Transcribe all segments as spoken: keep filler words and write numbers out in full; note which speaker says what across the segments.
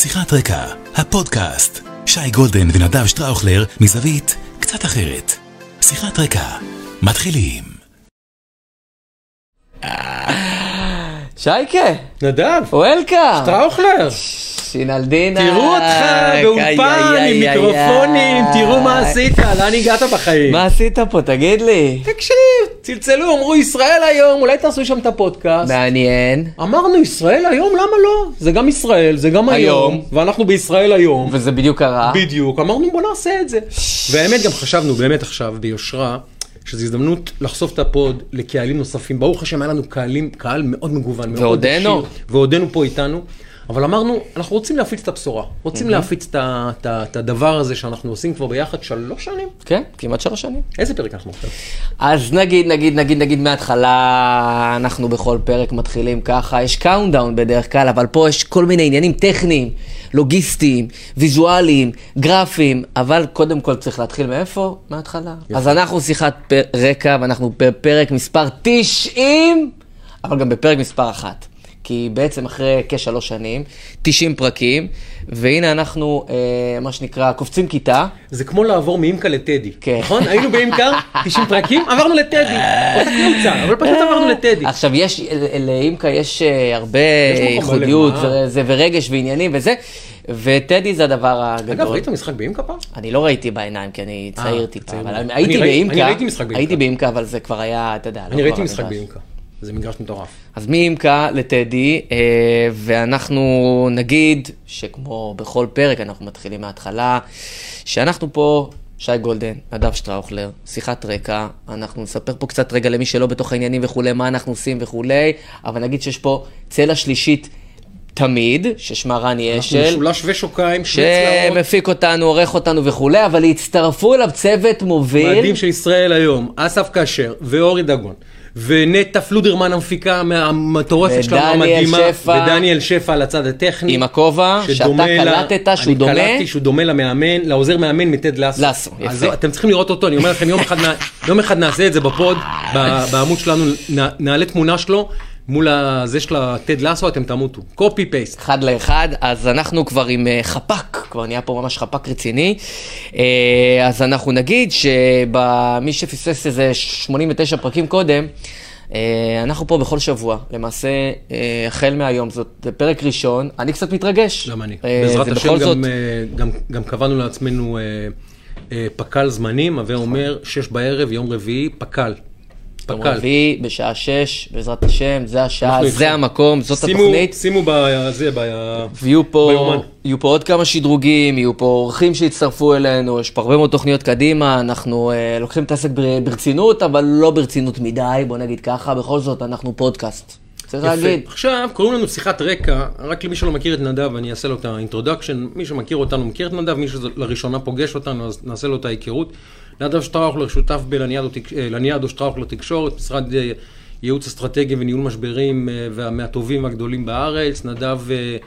Speaker 1: שיחת רקע, הפודקאסט. שי גולדן ונדב שטראוכלר מזווית קצת אחרת. שיחת רקע, מתחילים.
Speaker 2: שייקה,
Speaker 3: נדב,
Speaker 2: וולקאם,
Speaker 3: שטראוכלר,
Speaker 2: שינלדינה,
Speaker 3: תראו אותך באופן עם מיקרופונים, תראו מה עשית, לאן הגעת בחיים?
Speaker 2: מה עשית פה, תגיד לי?
Speaker 3: תקשיב, צלצלו, אמרו ישראל היום, אולי תעשו שם את הפודקאסט.
Speaker 2: מעניין.
Speaker 3: אמרנו ישראל היום, למה לא? זה גם ישראל, זה גם היום, ואנחנו בישראל היום.
Speaker 2: וזה בדיוק קרה.
Speaker 3: בדיוק, אמרנו בוא נעשה את זה. והאמת גם חשבנו באמת עכשיו ביושרה, שזו הזדמנות לחשוף את הפוד לקהלים נוספים. ברוך השם, היה לנו קהלים, קהל מאוד מגוון, מאוד
Speaker 2: ועודנו.
Speaker 3: עשיר, ועודנו פה איתנו. אבל אמרנו, אנחנו רוצים להפיץ את הבשורה. רוצים להפיץ את, את, את הדבר הזה שאנחנו עושים כבר ביחד שלוש שנים.
Speaker 2: כן, כמעט שלוש שנים.
Speaker 3: איזה פרק אנחנו עכשיו?
Speaker 2: אז נגיד, נגיד, נגיד, נגיד מההתחלה, אנחנו בכל פרק מתחילים ככה, יש קאונטדאון בדרך כלל, אבל פה יש כל מיני עניינים טכניים, לוגיסטיים, ויזואליים, גרפיים, אבל קודם כל צריך להתחיל מאיפה? מההתחלה. יפה. אז אנחנו שיחת פר... רקע, ואנחנו בפרק מספר תשעים, אבל גם בפרק מספר אחת. כי בעצם אחרי כשלוש שנים, תשעים פרקים, והנה אנחנו, אה, מה שנקרא, קופצים כיתה.
Speaker 3: זה כמו לעבור מאימקה לטדי,
Speaker 2: כן.
Speaker 3: נכון? היינו באימקה, תשעים פרקים, עברנו לטדי. אותה קלוצה, אבל פשוט עברנו לטדי.
Speaker 2: עכשיו, יש, לאימקה יש הרבה ייחודיות וזה, ורגש ועניינים וזה, וטדי זה הדבר הגדול.
Speaker 3: אגב, ראית משחק באימקה פעם?
Speaker 2: אני לא ראיתי בעיניים, כי אני צעיר טיפה, אבל
Speaker 3: אני
Speaker 2: הייתי באימקה.
Speaker 3: אני ראיתי משחק באימקה.
Speaker 2: הייתי באימקה, אבל זה כבר היה, אתה יודע.
Speaker 3: אני ראיתי משחק באימקה. זה מגרש מטורף.
Speaker 2: אז מאימקה לטדי, ואנחנו נגיד שכמו בכל פרק, אנחנו מתחילים מההתחלה, שאנחנו פה, שי גולדן, נדב שטראוכלר, שיחת רקע, אנחנו נספר פה קצת רגע למי שלא בתוך העניינים וכולי, מה אנחנו עושים וכולי, אבל נגיד שיש פה צלע שלישית תמיד, ששמה רני אשל.
Speaker 3: אנחנו משולש ושוקיים,
Speaker 2: שמפיק אותנו, עורך אותנו וכולי, אבל הצטרפו אליו צוות מוביל.
Speaker 3: מדהים של ישראל היום, אסף כשר ואורי דגון. ונטע פלודרמן המפיקה מהמטורפת שלנו המדהימה, ודניאל שפע על הצד הטכני.
Speaker 2: עם הכובע, שאתה קלטת שהוא דומה.
Speaker 3: אני קלטתי שהוא דומה למאמן, לעוזר מאמן מטד לסו.
Speaker 2: לסו, יפה.
Speaker 3: אז אתם צריכים לראות אותו, אני אומר לכם, יום אחד, יום אחד נעשה את זה בפוד, בעמוד שלנו, נעלה תמונה שלו, מול זה של הטד לסו, אתם תמותו. קופי פייסט.
Speaker 2: אחד לאחד, אז אנחנו כבר עם חפק, כבר נהיה פה ממש חפק רציני. אז אנחנו נגיד שמי שפספס איזה שמונים ותשע פרקים קודם, אנחנו פה בכל שבוע. למעשה, החל מהיום, זאת פרק ראשון, אני קצת מתרגש.
Speaker 3: גם אני. בעזרת השם גם, גם, גם קבענו לעצמנו פקל זמנים, הווה אומר שש בערב, יום רביעי, פקל.
Speaker 2: יום רביעי, בשעה שש, בעזרת השם, זה השעה, זה המקום, זאת התוכנית.
Speaker 3: שימו בזה,
Speaker 2: ויהיו פה עוד כמה שדרוגים, יהיו פה אורחים שהצטרפו אלינו, יש פה הרבה מאוד תוכניות קדימה, אנחנו לוקחים את העסק ברצינות, אבל לא ברצינות מדי, בוא נגיד ככה, בכל זאת אנחנו פודקאסט. צריך להגיד.
Speaker 3: עכשיו, קוראים לנו שיחת רקע, רק למי שלא מכיר את נדב, אני אעשה לו את האינטרודקשן, מי שמכיר אותנו מכיר את נדב, מי שלראשונה פוגש אותנו, אז נעשה לו את ההיכרות. נדב שטראוכלר שותף בלניאדו שטראוכלר תקשורת, משרד ייעוץ אסטרטגי וניהול משברים מהטובים והגדולים בארץ. נדב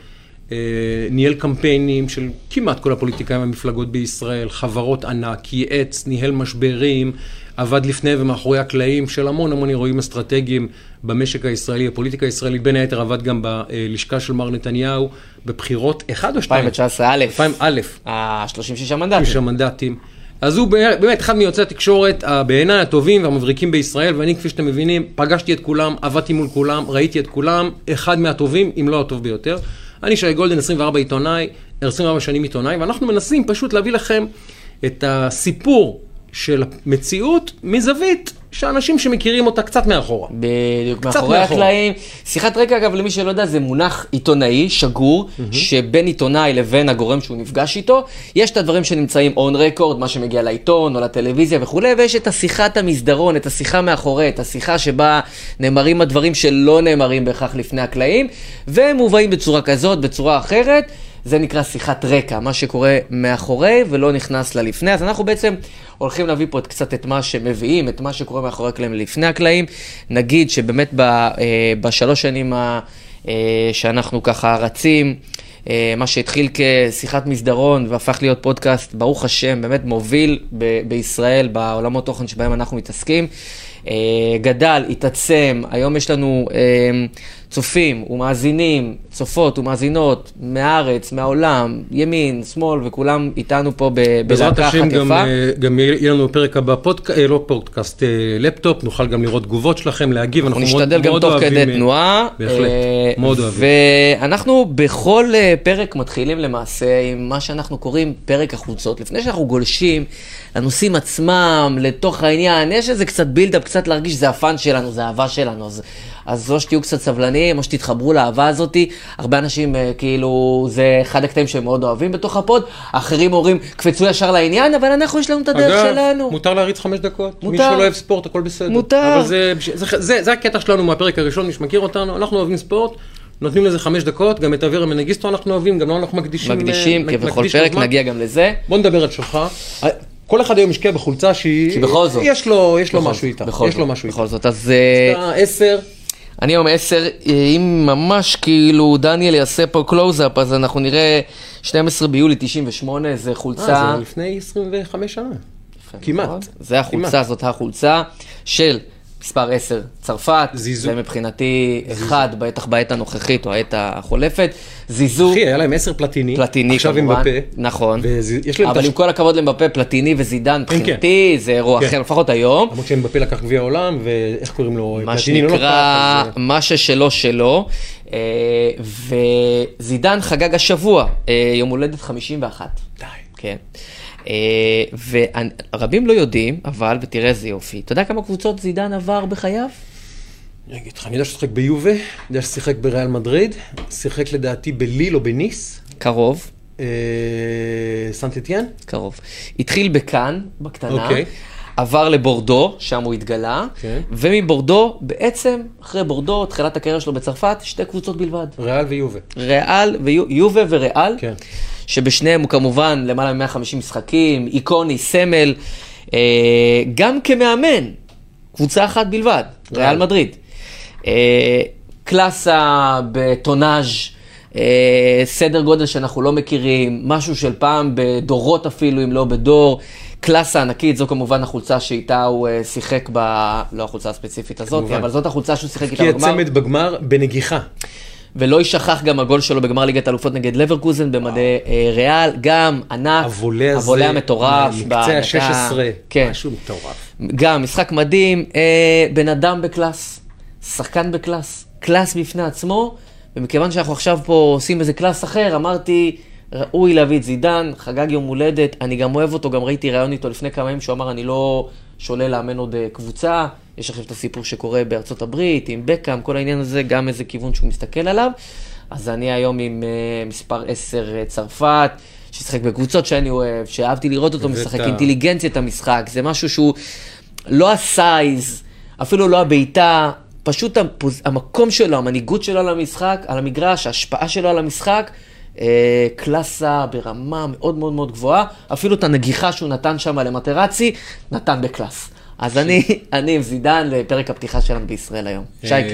Speaker 3: ניהל קמפיינים של כמעט כל הפוליטיקאים והמפלגות בישראל, חברות ענק, ייעץ, ניהל משברים, עבד לפני ומאחורי הקלעים של המון המון אירועים אסטרטגיים במשק הישראלי, הפוליטיקה הישראלית, בין היתר עבד גם בלשכה של מר נתניהו, בבחירות אחד או שתיים?
Speaker 2: אלפיים תשע עשרה א'.
Speaker 3: אלפיים א'.
Speaker 2: ה-שלושים ושישה מנדטים.
Speaker 3: שלושים ושישה מנדטים. אז הוא באמת אחד מיוצאי התקשורת בעיניי הטובים והמבריקים בישראל, ואני כפי שאתם מבינים, פגשתי את כולם, עבדתי מול כולם, ראיתי את כולם, אחד מהטובים, אם לא הטוב ביותר. אני שי גולדן, עשרים וארבע עיתונאי, עשרים וארבע שנים עיתונאי, ואנחנו מנסים פשוט להביא לכם את הסיפור של המציאות מזווית שאנשים שמכירים אותה קצת מאחורה.
Speaker 2: בדיוק, מאחורי הקלעים. שיחת רקע, אגב, למי שלא יודע, זה מונח עיתונאי, שגור, mm-hmm. שבין עיתונאי לבין הגורם שהוא נפגש איתו, יש את הדברים שנמצאים on record, מה שמגיע לעיתון או לטלוויזיה וכו', ויש את השיחת המסדרון, את השיחה מאחורי, את השיחה שבה נאמרים הדברים שלא נאמרים בהכרח לפני הקלעים, והם מובאים בצורה כזאת, בצורה אחרת, זה נקרא שיחת רקע, מה שקורה מאחורי ולא נכנס ללפני. אז אנחנו בעצם הולכים להביא פה קצת את מה שמביאים, את מה שקורה מאחורי הקלעים לפני הקלעים. נגיד שבאמת בשלוש שנים שאנחנו ככה רצים, מה שהתחיל כשיחת מסדרון והפך להיות פודקאסט, ברוך השם, באמת מוביל ב- בישראל, בעולמות תוכן שבהם אנחנו מתעסקים, גדל, התעצם, היום יש לנו צופים ומאזינים, צופות ומאזינות מהארץ, מהעולם, ימין, שמאל, וכולם איתנו פה בלהקה חטיפה.
Speaker 3: גם, גם יהיה לנו פרק הבא פודקאסט, לא פודקאסט, לפטופ, נוכל גם לראות תגובות שלכם, להגיב,
Speaker 2: אנחנו נשתדל גם תוך כדי תנועה.
Speaker 3: בהחלט, מאוד אוהבים.
Speaker 2: ואנחנו בכל פרק מתחילים למעשה עם מה שאנחנו קוראים פרק החולצות. לפני שאנחנו גולשים לנושאים עצמם, לתוך העניין, יש איזה קצת בילדאפ, קצת להרגיש שזה הפן שלנו, זה האהבה שלנו, אז, אז או שתהיו קצת סבלניים, או שתתחברו לאהבה הזאת. הרבה אנשים כאילו, זה אחד הקטעים שהם מאוד אוהבים בתוך הפוד, האחרים אומרים, קפצו ישר לעניין, אבל אנחנו יש לנו את הדרך
Speaker 3: אגב,
Speaker 2: שלנו.
Speaker 3: מותר להריץ חמש דקות,
Speaker 2: מותר.
Speaker 3: מי שלא אוהב ספורט, הכל בסדר.
Speaker 2: מותר.
Speaker 3: אבל זה, זה, זה, זה הקטע שלנו מהפרק הראשון, מי שמכיר אותנו, אנחנו אוהבים ספורט, נותנים לזה חמש דקות, גם את אביר המנגיסטו אנחנו אוהבים, גם לא אנחנו מקדישים.
Speaker 2: מקדישים, כבכל פרק נגיע גם לזה.
Speaker 3: בוא נדבר על שלך. כל אחד היום משקיע בחולצה שהיא...
Speaker 2: כי בכל זאת.
Speaker 3: יש לו, יש לו משהו איתה.
Speaker 2: בכל
Speaker 3: יש לו משהו
Speaker 2: בכל
Speaker 3: איתה.
Speaker 2: זאת, אז...
Speaker 3: אתה עשר.
Speaker 2: אני היום עשר, אם ממש כאילו דניאל יעשה פה קלוז-אפ, אז אנחנו נראה שנים עשר ביולי תשעים ושמונה, זה חולצה...
Speaker 3: אה, זה לפני עשרים וחמש שנה. כמעט.
Speaker 2: זה החולצה, זאת החולצה של... מספר עשר, צרפת,
Speaker 3: זיזו.
Speaker 2: זה מבחינתי זיזו. אחד, בטח בעת הנוכחית או העת החולפת, זיזו.
Speaker 3: אחי, היה להם עשר פלטיני,
Speaker 2: פלטיני
Speaker 3: עכשיו
Speaker 2: כמובן,
Speaker 3: עם בפה.
Speaker 2: נכון,
Speaker 3: ויש להם
Speaker 2: אבל עם כל הכבוד למבפה, פלטיני וזידן, מבחינתי כן. זה אירוע כן. אחר, לפחות היום.
Speaker 3: למרות שהם בפה לקח גביע העולם, ואיך קוראים לו?
Speaker 2: מה שנקרא,
Speaker 3: לא
Speaker 2: מה ששלו שלו, וזידן חגג השבוע, יום הולדת חמישים ואחת.
Speaker 3: די.
Speaker 2: כן. ורבים לא יודעים, אבל, ותראה איזה יופי, אתה יודע כמה קבוצות זידן עבר בחייו?
Speaker 3: אני אגיד לך, אני יודע ששיחק ביובה, אני יודע ששיחק בריאל מדריד, שיחק לדעתי בליל או בניס.
Speaker 2: קרוב.
Speaker 3: סנט אתיין?
Speaker 2: קרוב. התחיל בכאן, בקטנה,
Speaker 3: אוקיי.
Speaker 2: עבר לבורדו, שם הוא התגלה,
Speaker 3: כן.
Speaker 2: ומבורדו, בעצם, אחרי בורדו, תחילת הקריירה שלו בצרפת, שתי קבוצות בלבד.
Speaker 3: ריאל ויובה.
Speaker 2: ריאל ויובה וריאל.
Speaker 3: כן.
Speaker 2: שבשניהם הוא כמובן למעלה מ-מאה וחמישים משחקים, איקוני, סמל, אה, גם כמאמן, קבוצה אחת בלבד, ריאל מדריד. אה, קלאסה בטונאז', אה, סדר גודל שאנחנו לא מכירים, משהו של פעם בדורות אפילו, אם לא בדור, קלאסה ענקית, זו כמובן החולצה שאיתה הוא אה, שיחק ב... לא החולצה הספציפית הזאת, כמובן. אבל זאת החולצה שהוא שיחק איתה בגמר.
Speaker 3: כי הצמד בגמר בנגיחה.
Speaker 2: ולא ישכח גם הגול שלו בגמר ליגת האלופות נגד לברקוזן במדי ריאל, גם ענק,
Speaker 3: הבולה
Speaker 2: המטורף.
Speaker 3: מקצה ה-שש עשרה,
Speaker 2: כן.
Speaker 3: משהו מטורף.
Speaker 2: גם משחק מדהים, אה, בן אדם בקלאס, שחקן בקלאס, קלאס בפני עצמו, ומכיוון שאנחנו עכשיו פה עושים איזה קלאס אחר, אמרתי, ראוי להביא את זידן, חגג יום הולדת, אני גם אוהב אותו, גם ראיתי ראיון איתו לפני כמה ימים שהוא אמר, אני לא שולה לאמן עוד קבוצה, יש עכשיו את הסיפור שקורה בארצות הברית, עם בקאם, כל העניין הזה, גם איזה כיוון שהוא מסתכל עליו. אז אני היום עם uh, מספר עשר uh, צרפת, ששחק בקבוצות שאני אוהב, שאהבתי לראות אותו משחק, אינטליגנציית המשחק, זה משהו שהוא לא הסייז, אפילו לא הביתה, פשוט הפוז... המקום שלו, המנהיגות שלו על המשחק, על המגרש, ההשפעה שלו על המשחק, uh, קלאסה ברמה מאוד מאוד מאוד גבוהה, אפילו את הנגיחה שהוא נתן שם למטרצי, נתן בקלאס. אז אני, אני עם זידן לפרק הפתיחה שלנו בישראל היום. שייקה.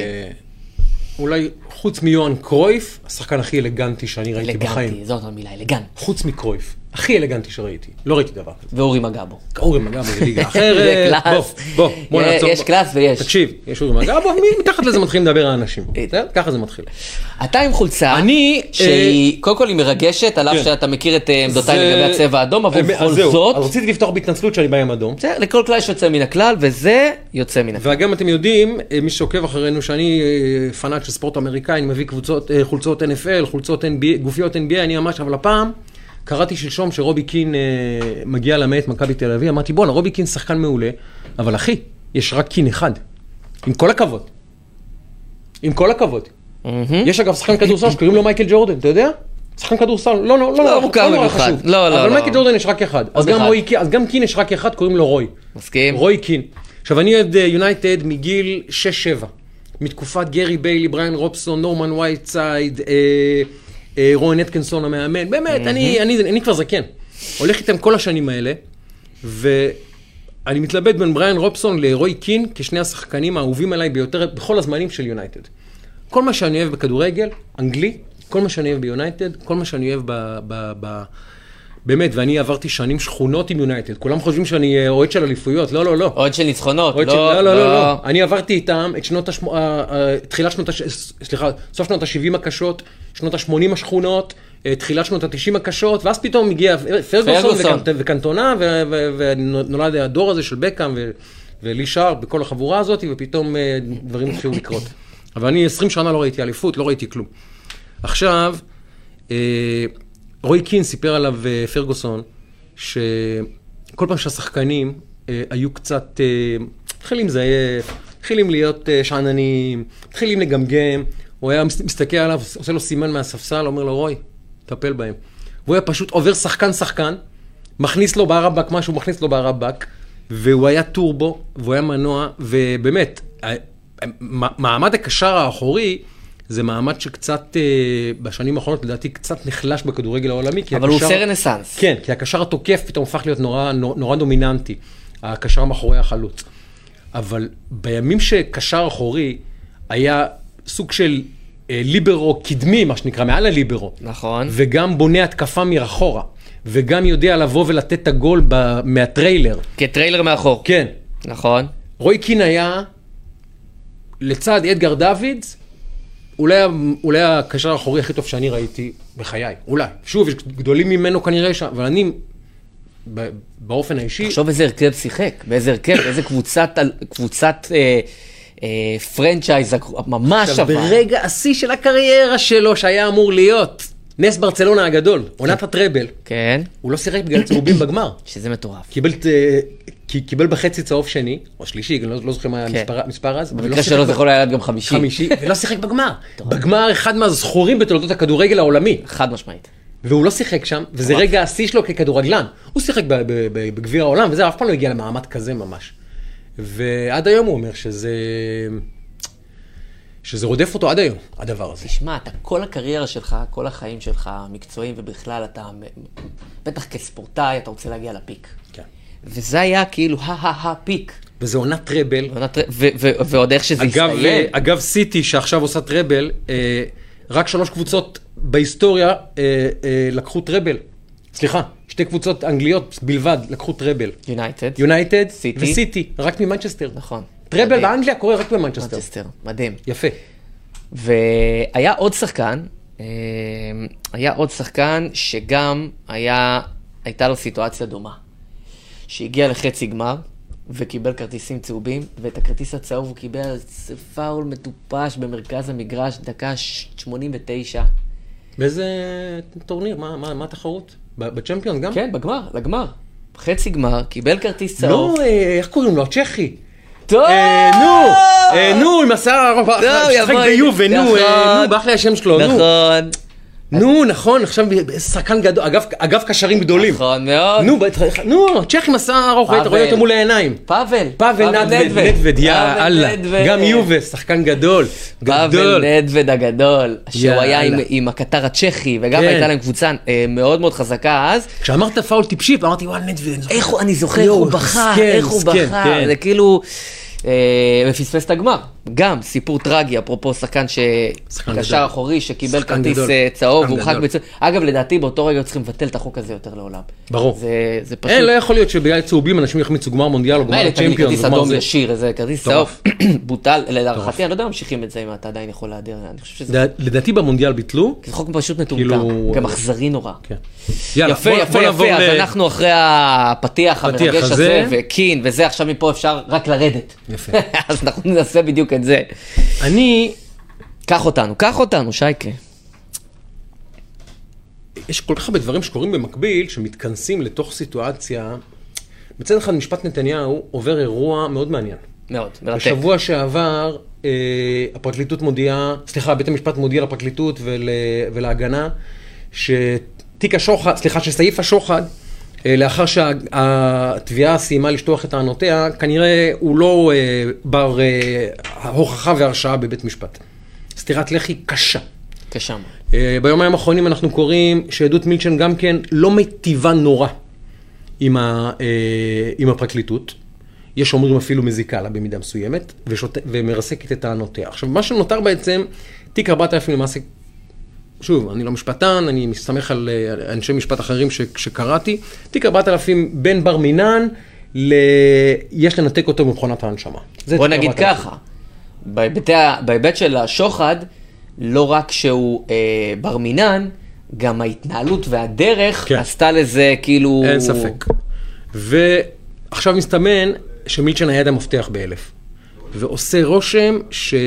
Speaker 3: אולי חוץ מיוהאן קרויף, השחקן הכי אלגנטי שאני ראיתי בחיים.
Speaker 2: אלגנטי, זאת המילה, אלגנט.
Speaker 3: חוץ מקרויף. הכי אלגנטי שראיתי. לא ראיתי דבר כזה.
Speaker 2: ואורי מגאבו.
Speaker 3: אורי מגאבו זה ליגה אחרת.
Speaker 2: זה קלאס.
Speaker 3: בוא, בוא נעצור.
Speaker 2: יש קלאס ויש.
Speaker 3: תקשיב, יש אורי מגאבו, מתחת לזה מתחילים לדבר האנשים. ככה זה מתחיל.
Speaker 2: אתה עם חולצה, שהיא, קודם כל היא מרגשת, עליו שאתה מכיר את עמדותיי לגבי הצבע האדום, אבל בכל זאת...
Speaker 3: אז רציתי לפתוח בהתנצלות שאני בא עם אדום.
Speaker 2: לכל כלל יש יוצא מן הכלל, וזה יוצא מן הכלל.
Speaker 3: וגם אתם יודעים, מי שעוקב אחרינו, שאני פנאט של ספורט אמריקאי, אני מביא קבוצות, חולצות אן אף אל, חולצות גופיות אן בי איי, אני ממש, אבל הפעם קראתי שלשום שרובי קין מגיע למעט מכבי תל אביב, אמרתי בוא, רובי קין שחקן מעולה, אבל אחי, יש רק קין אחד. עם כל הכבוד. עם כל הכבוד. יש אגב שחקן כדורסל שקוראים לו מייקל ג'ורדן, אתה יודע? שחקן כדורסל, לא, לא, לא,
Speaker 2: לא מוכר במיוחד. לא, לא,
Speaker 3: אבל מייקל ג'ורדן יש רק אחד. אז גם קין יש רק אחד, קוראים לו רוי.
Speaker 2: מסכים.
Speaker 3: רוי קין. עכשיו אני אוהד יונייטד מגיל שש שבע. מתקופת גרי ביילי, בריין רובסון, נורמן וייטסייד, רואן אטקינסון המאמן, באמת, אני, אני, אני כבר זקן. הולך איתם כל השנים האלה, ואני מתלבט בין בריין רובסון לרוי קין, כשני השחקנים האהובים עליי ביותר, בכל הזמנים של יונייטד. כל מה שאני אוהב בכדורגל, אנגלי, כל מה שאני אוהב ביונייטד, כל מה שאני אוהב ב, ב, ב, באמת, ואני עברתי שנים שכונות עם יונייטד, כולם חושבים שאני אוהד של אליפויות, לא, לא, לא.
Speaker 2: אוהד של ניצחונות, לא,
Speaker 3: לא, לא, לא, לא. אני עברתי איתם את שנות השמ... תחילת שנות, סליחה, סוף שנות ה-שבעים הקשות, שנות ה-שמונים השכונות, תחילת שנות ה-תשעים הקשות, ואז פתאום הגיע פרגוסון וקנטונה, ונולד הדור הזה של בקאם ולי שרפ בכל החבורה הזאת, ופתאום דברים התחילו לקרות. אבל אני עשרים שנה לא ראיתי אליפות, לא ראיתי כלום. עכשיו, רוי קין סיפר עליו פרגוסון, שכל פעם שהשחקנים היו קצת, מתחילים זייף, מתחילים להיות שעננים, מתחילים לגמגם, הוא היה מסתכל עליו, עושה לו סימן מהספסל, אומר לו, רוי, טפל בהם. והוא היה פשוט עובר שחקן-שחקן, מכניס לו בערבק משהו, מכניס לו בערבק, והוא היה טורבו, והוא היה מנוע, ובאמת, מעמד הקשר האחורי, זה מעמד שקצת, בשנים האחרונות, לדעתי, קצת נחלש בכדורגל העולמי.
Speaker 2: אבל הוא עושה רנסנס.
Speaker 3: כן, כי הקשר התוקף פתאום הופך להיות נורא, נורא דומיננטי, הקשר מאחורי החלוץ. אבל בימים שקשר אחורי היה סוג של ליברו קדמי, מה שנקרא, מעל הליברו.
Speaker 2: נכון.
Speaker 3: וגם בונה התקפה מרחורה, וגם יודע לבוא ולתת את הגול מהטריילר.
Speaker 2: כטריילר מאחור.
Speaker 3: כן.
Speaker 2: נכון.
Speaker 3: רוי קין היה, לצד אדגר דוידס, אולי, אולי הקשר האחורי הכי טוב שאני ראיתי בחיי. אולי. שוב, יש גדולים ממנו כנראה שם, אבל אני, באופן האישי...
Speaker 2: תחשוב איזה הרכב שיחק, באיזה הרכב, איזה קבוצת, קבוצת אה, אה, פרנצ'ייז, ממש שווה.
Speaker 3: ברגע השיא של הקריירה שלו, שהיה אמור להיות נס ברצלונה הגדול, עונת הטראבל.
Speaker 2: כן.
Speaker 3: הוא לא שיחק בגלל צהובים בגמר.
Speaker 2: שזה מטורף.
Speaker 3: קיבל, קיבל בחצי צהוב שני, או שלישי, לא, לא זוכר מה המספר אז.
Speaker 2: במקרה שלו זה יכול היה גם חמישי.
Speaker 3: חמישי, ולא שיחק בגמר. בגמר אחד מהזכורים בתולדות הכדורגל העולמי.
Speaker 2: חד משמעית.
Speaker 3: והוא לא שיחק שם, וזה רגע השיא שלו ככדורגלן. הוא שיחק בגביע העולם, וזה אף פעם לא הגיע למעמד כזה ממש. ועד היום הוא אומר שזה... שזה רודף אותו עד היום, הדבר הזה.
Speaker 2: תשמע, אתה כל הקריירה שלך, כל החיים שלך, מקצועיים ובכלל, אתה בטח כספורטאי, אתה רוצה להגיע לפיק.
Speaker 3: כן.
Speaker 2: וזה היה כאילו ה-ה-ה-פיק.
Speaker 3: וזה עונת טראבל.
Speaker 2: ועוד איך שזה יסתיים.
Speaker 3: אגב, סיטי, שעכשיו עושה טראבל, רק שלוש קבוצות בהיסטוריה לקחו טראבל. סליחה, שתי קבוצות אנגליות בלבד לקחו טראבל.
Speaker 2: יונייטד.
Speaker 3: יונייטד וסיטי, רק ממנצ'סטר.
Speaker 2: נכון.
Speaker 3: טראבל באנגליה קורה רק במנצ'סטר.
Speaker 2: מנצ'סטר, מדהים.
Speaker 3: יפה.
Speaker 2: והיה עוד שחקן, היה עוד שחקן שגם היה, הייתה לו סיטואציה דומה. שהגיע לחצי גמר, וקיבל כרטיסים צהובים, ואת הכרטיס הצהוב הוא קיבל פאול מטופש במרכז המגרש, דקה שמונים ותשע.
Speaker 3: באיזה טורניר? מה, מה, מה התחרות? בצ'מפיון גם?
Speaker 2: כן, בגמר, לגמר. חצי גמר, קיבל כרטיס צהוב.
Speaker 3: לא, איך קוראים לו? הצ'כי.
Speaker 2: טוב!
Speaker 3: נו, נו, עם השיער הרוב, שחק ביובה, נו, נו, באח לי השם שלו, נו.
Speaker 2: נכון.
Speaker 3: נו, נכון, עכשיו שחקן גדול, אגב קשרים גדולים.
Speaker 2: נכון מאוד.
Speaker 3: נו, נו, צ'ך עם השיער הרוב, אתה רואה אותו מול העיניים.
Speaker 2: פאבל.
Speaker 3: פאבל נדווד, יא אללה. גם יובה, שחקן גדול.
Speaker 2: פאבל נדווד הגדול, שהוא היה עם הקטר הצ'כי, וגם הייתה להם קבוצה מאוד מאוד חזקה אז.
Speaker 3: כשאמרת פאול טיפשי, אמרתי, וואל נדווד.
Speaker 2: איך הוא, אני זוכר, איך הוא בכה, איך הוא בכה. זה כאילו... ופספס את הגמר. גם סיפור טרגי, אפרופו שחקן שקשר אחורי, שקיבל כרטיס צהוב, והוא חג בצהוב. אגב, לדעתי, באותו רגע צריכים לבטל את החוק הזה יותר לעולם.
Speaker 3: ברור.
Speaker 2: זה פשוט...
Speaker 3: אין, לא יכול להיות שבגלל צהובים אנשים יחמיצו גמר מונדיאל או גמר צ'מפיון.
Speaker 2: כרטיס אדום ישיר, איזה כרטיס צהוב בוטל, לדעתי, אני לא יודע אם ממשיכים את זה, אם אתה עדיין יכול להדיר.
Speaker 3: לדעתי במונדיאל ביטלו.
Speaker 2: זה חוק פשוט מטומטם, גם אכזרי נורא.
Speaker 3: יפה,
Speaker 2: יפה, יפה, אז אנחנו אחרי הפתיח המרגש הזה, וקין, וזה עכשיו מפה אפשר רק לרדת.
Speaker 3: יפה.
Speaker 2: אז אנחנו ננסה בדיוק את זה.
Speaker 3: אני...
Speaker 2: קח אותנו, קח אותנו, שייקה.
Speaker 3: יש כל כך הרבה דברים שקורים במקביל, שמתכנסים לתוך סיטואציה. בצד אחד, משפט נתניהו עובר אירוע מאוד מעניין.
Speaker 2: מאוד, מרתק.
Speaker 3: בשבוע שעבר, אה, הפרקליטות מודיעה, סליחה, בית המשפט מודיע לפרקליטות ול, ולהגנה, שתיק השוחד, סליחה, שסעיף השוחד, לאחר שהתביעה סיימה לשטוח את טענותיה, כנראה הוא לא בר הוכחה והרשעה בבית משפט. סתירת לחי קשה.
Speaker 2: קשה.
Speaker 3: ביומיים האחרונים אנחנו קוראים שעדות מילצ'ן גם כן לא מיטיבה נורא עם, ה, עם הפרקליטות. יש אומרים אפילו מזיקה לה במידה מסוימת, ושוט, ומרסקת את טענותיה. עכשיו, מה שנותר בעצם, תיק ארבעת אלפים למעשה שוב, אני לא משפטן, אני מסתמך על אנשי משפט אחרים ש, שקראתי, תיק ארבעת אלפים בין בר מינן, ל... יש לנתק אותו במכונת ההנשמה.
Speaker 2: בוא נגיד ככה, בהיבט, בהיבט של השוחד, לא רק שהוא אה, בר מינן, גם ההתנהלות והדרך כן. עשתה לזה כאילו...
Speaker 3: אין ספק. ועכשיו מסתמן שמילצ'ן היה יד המפתח באלף. ועושה רושם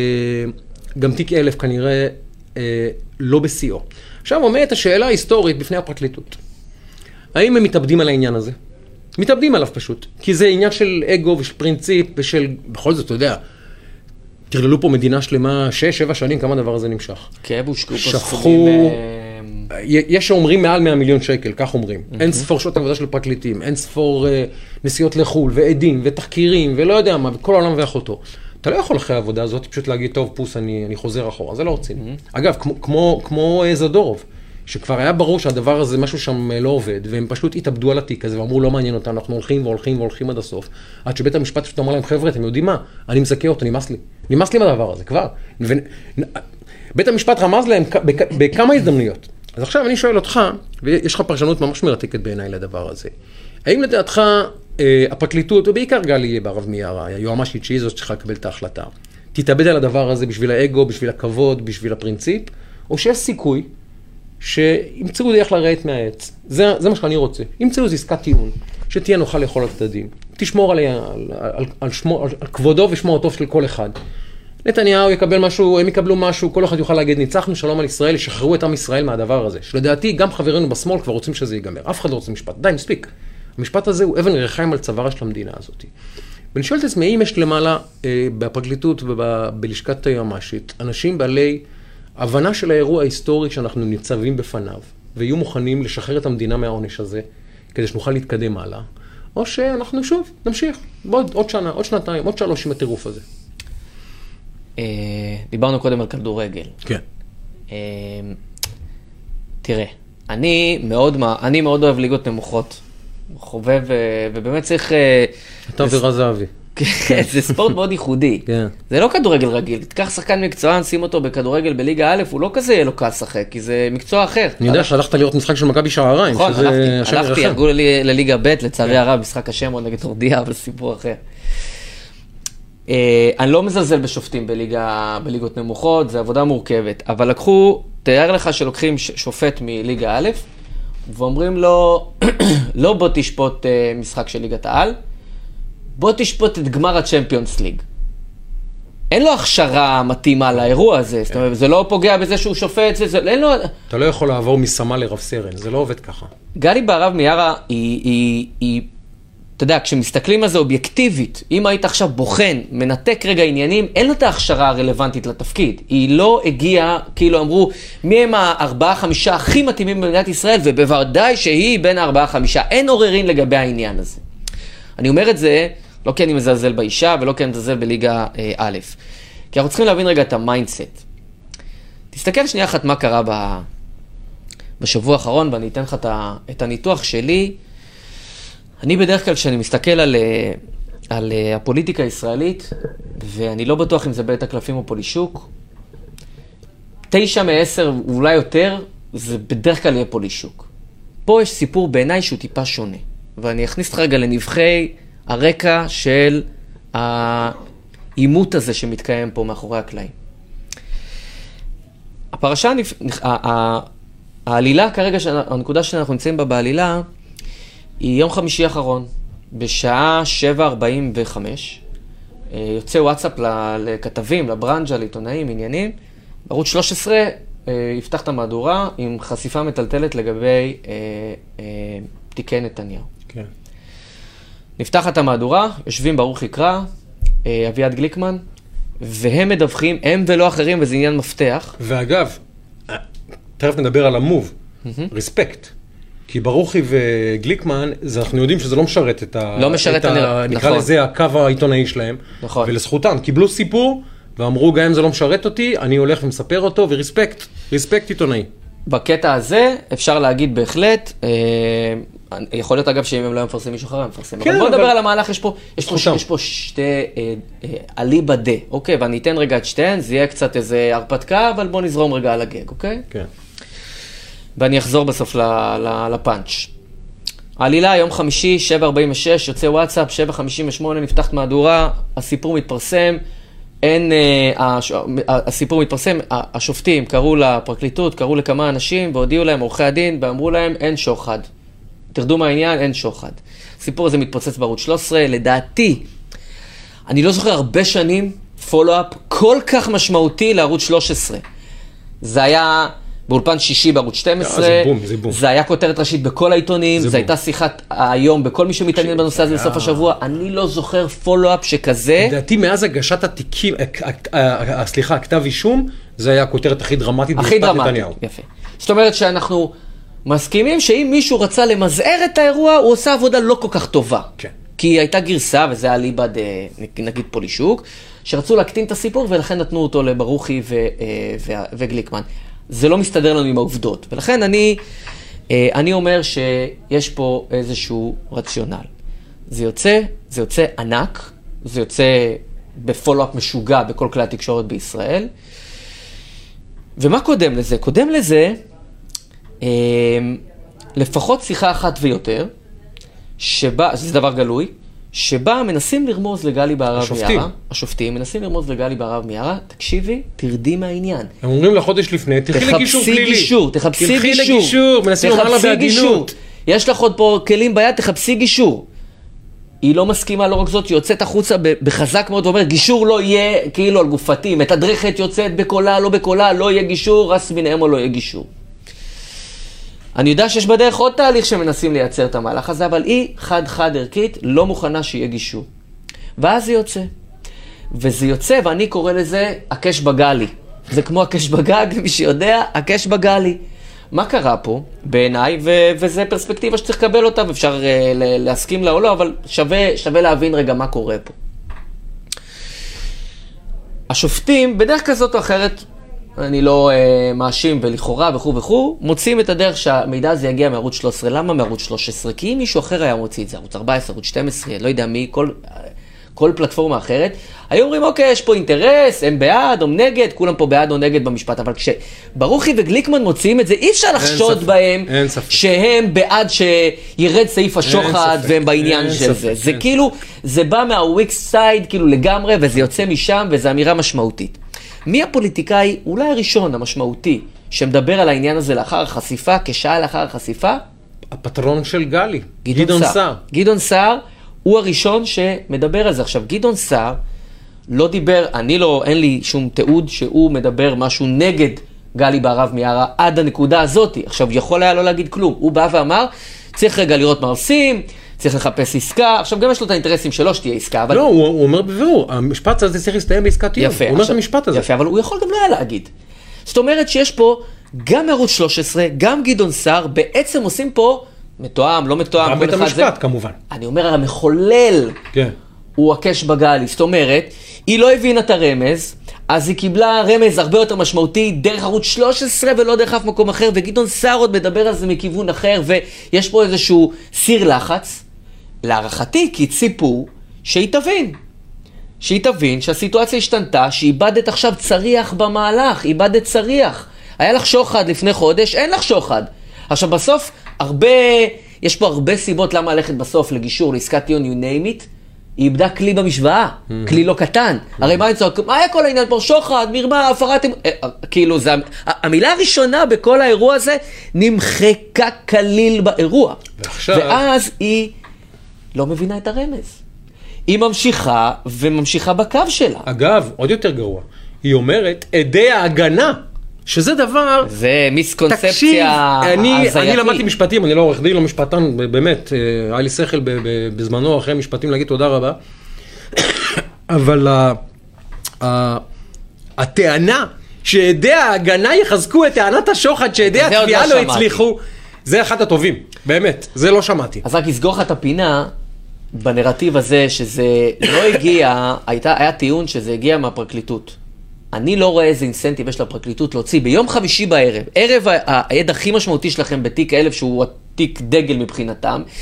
Speaker 3: שגם תיק אלף כנראה אה, לא בשיאו. עכשיו עומדת השאלה ההיסטורית בפני הפרקליטות. האם הם מתאבדים על העניין הזה? מתאבדים עליו פשוט. כי זה עניין של אגו ושל פרינציפ ושל... בכל זאת, אתה יודע, תרללו פה מדינה שלמה, שש, שבע שנים, כמה דבר הזה נמשך.
Speaker 2: כאב ושקו פה
Speaker 3: סכומים... יש שאומרים מעל מאה מיליון שקל, כך אומרים. אין ספור שעות עבודה של פרקליטים, אין ספור נסיעות לחול, ועדים, ותחקירים, ולא יודע מה, וכל העולם ואחותו. אתה לא יכול אחרי העבודה הזאת פשוט להגיד, טוב, פוס, אני חוזר אחורה. זה לא רוצים. אגב, כמו זדורוב, שכבר היה ברור שהדבר הזה, משהו שם לא עובד, והם פשוט התאבדו על התיק הזה, ואמרו, לא מעניין אותם, אנחנו הולכים והולכים והולכים עד הסוף. עד שבית המשפט פשוט אמר להם, חבר'ה, אתם יודעים מה? אני מזכה אותו, נמאס לי. נמאס לי מהדבר הזה, כבר. בית המשפט רמז להם בכמה הזדמנויות. אז עכשיו אני שואל אותך, ויש לך פרשנות ממש מרתקת בעיניי לדבר הזה. האם לדעתך הפרקליטות, ובעיקר גלי ברב מיארה, היועמ"שית שהיא זאת שצריכה לקבל את ההחלטה, תתאבד על הדבר הזה בשביל האגו, בשביל הכבוד, בשביל הפרינציפ, או שיש סיכוי שימצאו דרך לרעת מהעץ. זה, זה מה שאני רוצה. ימצאו איזו עסקת טיעון, שתהיה נוחה לכל הצדדים. תשמור על, על, על, על, שמו, על, על כבודו ושמו הטוב של כל אחד. נתניהו יקבל משהו, הם יקבלו משהו, כל אחד יוכל להגיד, ניצחנו שלום על ישראל, ישחררו את עם ישראל מהדבר הזה. שלדעתי, גם חברינו בשמאל כבר רוצים שזה ייגמר. אף אחד לא רוצה משפט. די, מספיק. המשפט הזה הוא אבן ריחיים על צווארה של המדינה הזאת. ואני שואל את עצמי, אם יש למעלה, אה, בפרקליטות ובלשכת היועמ"שית, אנשים בעלי הבנה של האירוע ההיסטורי שאנחנו ניצבים בפניו, ויהיו מוכנים לשחרר את המדינה מהעונש הזה, כדי שנוכל להתקדם הלאה, או שאנחנו שוב נמשיך, בעוד עוד שנה, עוד שנתיים, עוד שלוש עם הטירוף הזה.
Speaker 2: דיברנו קודם על כדורגל.
Speaker 3: כן.
Speaker 2: תראה, אני מאוד, אני מאוד אוהב ליגות נמוכות, חובב, ובאמת צריך...
Speaker 3: אתה ורז זהבי.
Speaker 2: זה ספורט מאוד ייחודי. זה לא כדורגל רגיל. תיקח שחקן מקצוען, שים אותו בכדורגל בליגה א', הוא לא כזה יהיה לו קל לשחק, כי זה מקצוע אחר.
Speaker 3: אני יודע שהלכת לראות משחק של מכבי שעריים.
Speaker 2: נכון, הלכתי, הרגו לליגה ב', לצערי הרב, משחק השם עוד נגד אורדיה, אבל סיפור אחר. אני לא מזלזל בשופטים בליגות נמוכות, זה עבודה מורכבת, אבל לקחו, תאר לך שלוקחים שופט מליגה א', ואומרים לו, לא בוא תשפוט משחק של ליגת העל, בוא תשפוט את גמר הצ'מפיונס ליג. אין לו הכשרה מתאימה לאירוע הזה, זאת אומרת, זה לא פוגע בזה שהוא שופט, זה, אין לו...
Speaker 3: אתה לא יכול לעבור מסמה לרב סרן, זה לא עובד ככה.
Speaker 2: גלי בהרב מיארה היא, היא, היא, אתה יודע, כשמסתכלים על זה אובייקטיבית, אם היית עכשיו בוחן, מנתק רגע עניינים, אין לו את ההכשרה הרלוונטית לתפקיד. היא לא הגיעה, כאילו אמרו, מי הם הארבעה חמישה הכי מתאימים במדינת ישראל, ובוודאי שהיא בין הארבעה חמישה. אין עוררין לגבי העניין הזה. אני אומר את זה, לא כי אני מזלזל באישה, ולא כי אני מזלזל בליגה אה, א'. כי אנחנו צריכים להבין רגע את המיינדסט. תסתכל שנייה אחת מה קרה ב... בשבוע האחרון, ואני אתן לך את הניתוח שלי. אני בדרך כלל, כשאני מסתכל על, על הפוליטיקה הישראלית, ואני לא בטוח אם זה בית הקלפים או פולישוק, תשע מעשר, אולי יותר, זה בדרך כלל יהיה פולישוק. פה יש סיפור בעיניי שהוא טיפה שונה. ואני אכניס לך רגע לנבחי הרקע של העימות הזה שמתקיים פה מאחורי הקלעים. הפרשה, העלילה כרגע, הנקודה שאנחנו נמצאים בה בעלילה, היא יום חמישי האחרון, בשעה שבע ארבעים וחמש, יוצא וואטסאפ לכתבים, לברנג'ה, לעיתונאים, עניינים, ערוץ שלוש עשרה יפתח את המהדורה עם חשיפה מטלטלת לגבי תיקי נתניהו.
Speaker 3: כן.
Speaker 2: נפתח את המהדורה, יושבים ברוך יקרא, אביעד גליקמן, והם מדווחים, הם ולא אחרים, וזה עניין מפתח.
Speaker 3: ואגב, תכף נדבר על המוב, ריספקט. כי ברוכי וגליקמן, אנחנו יודעים שזה לא משרת את ה...
Speaker 2: לא משרת,
Speaker 3: אני... נקרא לזה הקו העיתונאי שלהם.
Speaker 2: נכון.
Speaker 3: ולזכותם, קיבלו סיפור, ואמרו, גם אם זה לא משרת אותי, אני הולך ומספר אותו, וריספקט, ריספקט עיתונאי.
Speaker 2: בקטע הזה, אפשר להגיד בהחלט, אה, יכול להיות אגב שאם הם לא מפרסמים מישהו אחר, הם מפרסמים. כן, אבל בוא נדבר אבל... על המהלך, יש פה, יש פה, יש פה שתי אה, אה, עלי בדה, אוקיי? ואני אתן רגע את שתיהן, זה יהיה קצת איזה הרפתקה, אבל בוא נזרום רגע על הגג, אוקיי?
Speaker 3: כן.
Speaker 2: ואני אחזור בסוף לפאנץ'. העלילה, יום חמישי, שבע ארבעים ושש, יוצא וואטסאפ, שבע חמישים ושמונה, נפתחת מהדורה, הסיפור מתפרסם, אין, הש, הסיפור מתפרסם, השופטים קראו לפרקליטות, קראו לכמה אנשים, והודיעו להם, עורכי הדין, ואמרו להם, אין שוחד. תרדו מהעניין, אין שוחד. הסיפור הזה מתפוצץ בערוץ שלוש עשרה, לדעתי, אני לא זוכר הרבה שנים, פולו-אפ כל כך משמעותי לערוץ שלוש עשרה. זה היה באולפן שישי בערוץ שתים עשרה,
Speaker 3: זה בום, זה בום.
Speaker 2: זה היה כותרת ראשית בכל העיתונים, זה, זה הייתה שיחת היום בכל מי שמתעניין בנושא הזה בסוף השבוע. אני לא זוכר פולו-אפ שכזה.
Speaker 3: לדעתי מאז הגשת התיקים, סליחה, הכתב אישום, זה היה הכותרת הכי דרמטית
Speaker 2: הכי דרמטית, יפה. זאת אומרת שאנחנו מסכימים שאם מישהו רצה למזער את האירוע, הוא עושה עבודה לא כל כך טובה.
Speaker 3: כן.
Speaker 2: כי הייתה גרסה, וזה היה ליבד, נגיד פולישוק, שרצו להקטין את הסיפור, ולכן נתנו אותו לברוכי ו, ו, וגליקמן. זה לא מסתדר לנו עם העובדות. ולכן אני, אני אומר שיש פה איזשהו רציונל. זה יוצא, זה יוצא ענק, זה יוצא בפולו-אפ משוגע בכל כלי התקשורת בישראל. ומה קודם לזה? קודם לזה, לפחות שיחה אחת ויותר, שבה, זה דבר גלוי, שבה מנסים לרמוז לגלי בהרב מיארה, השופטים מנסים לרמוז לגלי בהרב מיארה, תקשיבי, תרדי מהעניין.
Speaker 3: הם אומרים לחודש לפני, תלכי לגישור פלילי.
Speaker 2: תחפשי גישור, תחפשי גישור.
Speaker 3: תלכי לגישור, מנסים לומר לה בעדינות.
Speaker 2: יש לך עוד פה כלים ביד, תחפשי גישור. היא לא מסכימה, לא רק זאת, היא יוצאת החוצה בחזק מאוד, ואומרת, גישור לא יהיה כאילו על גופתי, מתדרכת יוצאת בקולה, לא בקולה, לא יהיה גישור, רס ביניהם או לא יהיה גישור. אני יודע שיש בדרך עוד תהליך שמנסים לייצר את המהלך הזה, אבל היא חד-חד ערכית לא מוכנה שיהיה גישור. ואז זה יוצא. וזה יוצא, ואני קורא לזה הקש בגלי. זה כמו הקש בגג, מי שיודע, הקש בגלי. מה קרה פה בעיניי, ו- וזה פרספקטיבה שצריך לקבל אותה, ואפשר uh, להסכים לה או לא, אבל שווה, שווה להבין רגע מה קורה פה. השופטים, בדרך כזאת או אחרת, אני לא uh, מאשים ולכאורה וכו' וכו', מוצאים את הדרך שהמידע הזה יגיע מערוץ שלוש עשרה. למה מערוץ שלוש עשרה? כי אם מישהו אחר היה מוציא את זה, ערוץ ארבע עשרה, ערוץ שתים עשרה, לא יודע מי, כל, כל פלטפורמה אחרת, היו אומרים, אוקיי, יש פה אינטרס, הם בעד או נגד, כולם פה בעד או נגד במשפט, אבל כשברוכי וגליקמן מוציאים את זה, אי אפשר לחשוד בהם שהם בעד שירד סעיף השוחד והם בעניין של זה. זה כאילו, זה בא מהוויקס סייד, כאילו לגמרי, וזה יוצא משם, וזו אמירה משמעותית. מי הפוליטיקאי, אולי הראשון, המשמעותי, שמדבר על העניין הזה לאחר החשיפה, כשעה לאחר החשיפה?
Speaker 3: הפטרון של גלי, גדעון סער.
Speaker 2: גדעון סער הוא הראשון שמדבר על זה. עכשיו, גדעון סער לא דיבר, אני לא, אין לי שום תיעוד שהוא מדבר משהו נגד גלי בהרב מיארה עד הנקודה הזאת. עכשיו, יכול היה לא להגיד כלום. הוא בא ואמר, צריך רגע לראות מה עושים, צריך לחפש עסקה. עכשיו, גם יש לו את האינטרסים שלו שתהיה עסקה. אבל...
Speaker 3: לא, הוא, הוא אומר בבירור, המשפט הזה צריך להסתיים בעסקת טיעון.
Speaker 2: יפה.
Speaker 3: הוא אומר
Speaker 2: עכשיו,
Speaker 3: את המשפט הזה.
Speaker 2: יפה, אבל הוא יכול גם לא היה להגיד. זאת אומרת שיש פה גם ערוץ שלוש עשרה, גם גדעון סער, בעצם עושים פה מתואם, לא מתואם.
Speaker 3: גם בית המשפט, זה... כמובן.
Speaker 2: אני אומר, המחולל
Speaker 3: כן.
Speaker 2: הוא הקש בגלי. זאת אומרת, היא לא הבינה את הרמז, אז היא קיבלה רמז הרבה יותר משמעותי דרך ערוץ שלוש עשרה ולא דרך אף מקום אחר, וגדעון סער עוד מדבר על זה מכיוון אחר, ויש פה איזשהו סיר לחץ. להערכתי, כי ציפו שהיא תבין. שהיא תבין שהסיטואציה השתנתה, שאיבדת עכשיו צריח במהלך, איבדת צריח. היה לך שוחד לפני חודש, אין לך שוחד. עכשיו בסוף, הרבה, יש פה הרבה סיבות למה ללכת בסוף לגישור, לעסקת טיעון, you name it. היא איבדה כלי במשוואה, mm-hmm. כלי לא קטן. Mm-hmm. הרי מה נצטרך, מה היה כל העניין פה? שוחד, מרמה, הפרת... כאילו, זה, המילה הראשונה בכל האירוע הזה נמחקה כליל באירוע. ועכשיו... ואז היא לא מבינה את הרמז. היא ממשיכה וממשיכה בקו שלה.
Speaker 3: אגב, עוד יותר גרוע. היא אומרת, עדי ההגנה, שזה דבר...
Speaker 2: זה מיסקונספציה
Speaker 3: הזייתי. אני למדתי משפטים, אני לא עורך דין, לא משפטן, באמת, היה לי שכל בזמנו אחרי משפטים להגיד תודה רבה. אבל הטענה שעדי ההגנה יחזקו את טענת השוחד, שעדי התביעה לא הצליחו, זה אחד הטובים, באמת, זה לא שמעתי.
Speaker 2: אז רק לסגור לך את הפינה, בנרטיב הזה שזה לא הגיע, הייתה, היה טיעון שזה הגיע מהפרקליטות. אני לא רואה איזה אינסנטיב יש לפרקליטות להוציא ביום חמישי בערב, ערב העד הכי משמעותי שלכם בתיק אלף, שהוא התיק דגל מבחינתם,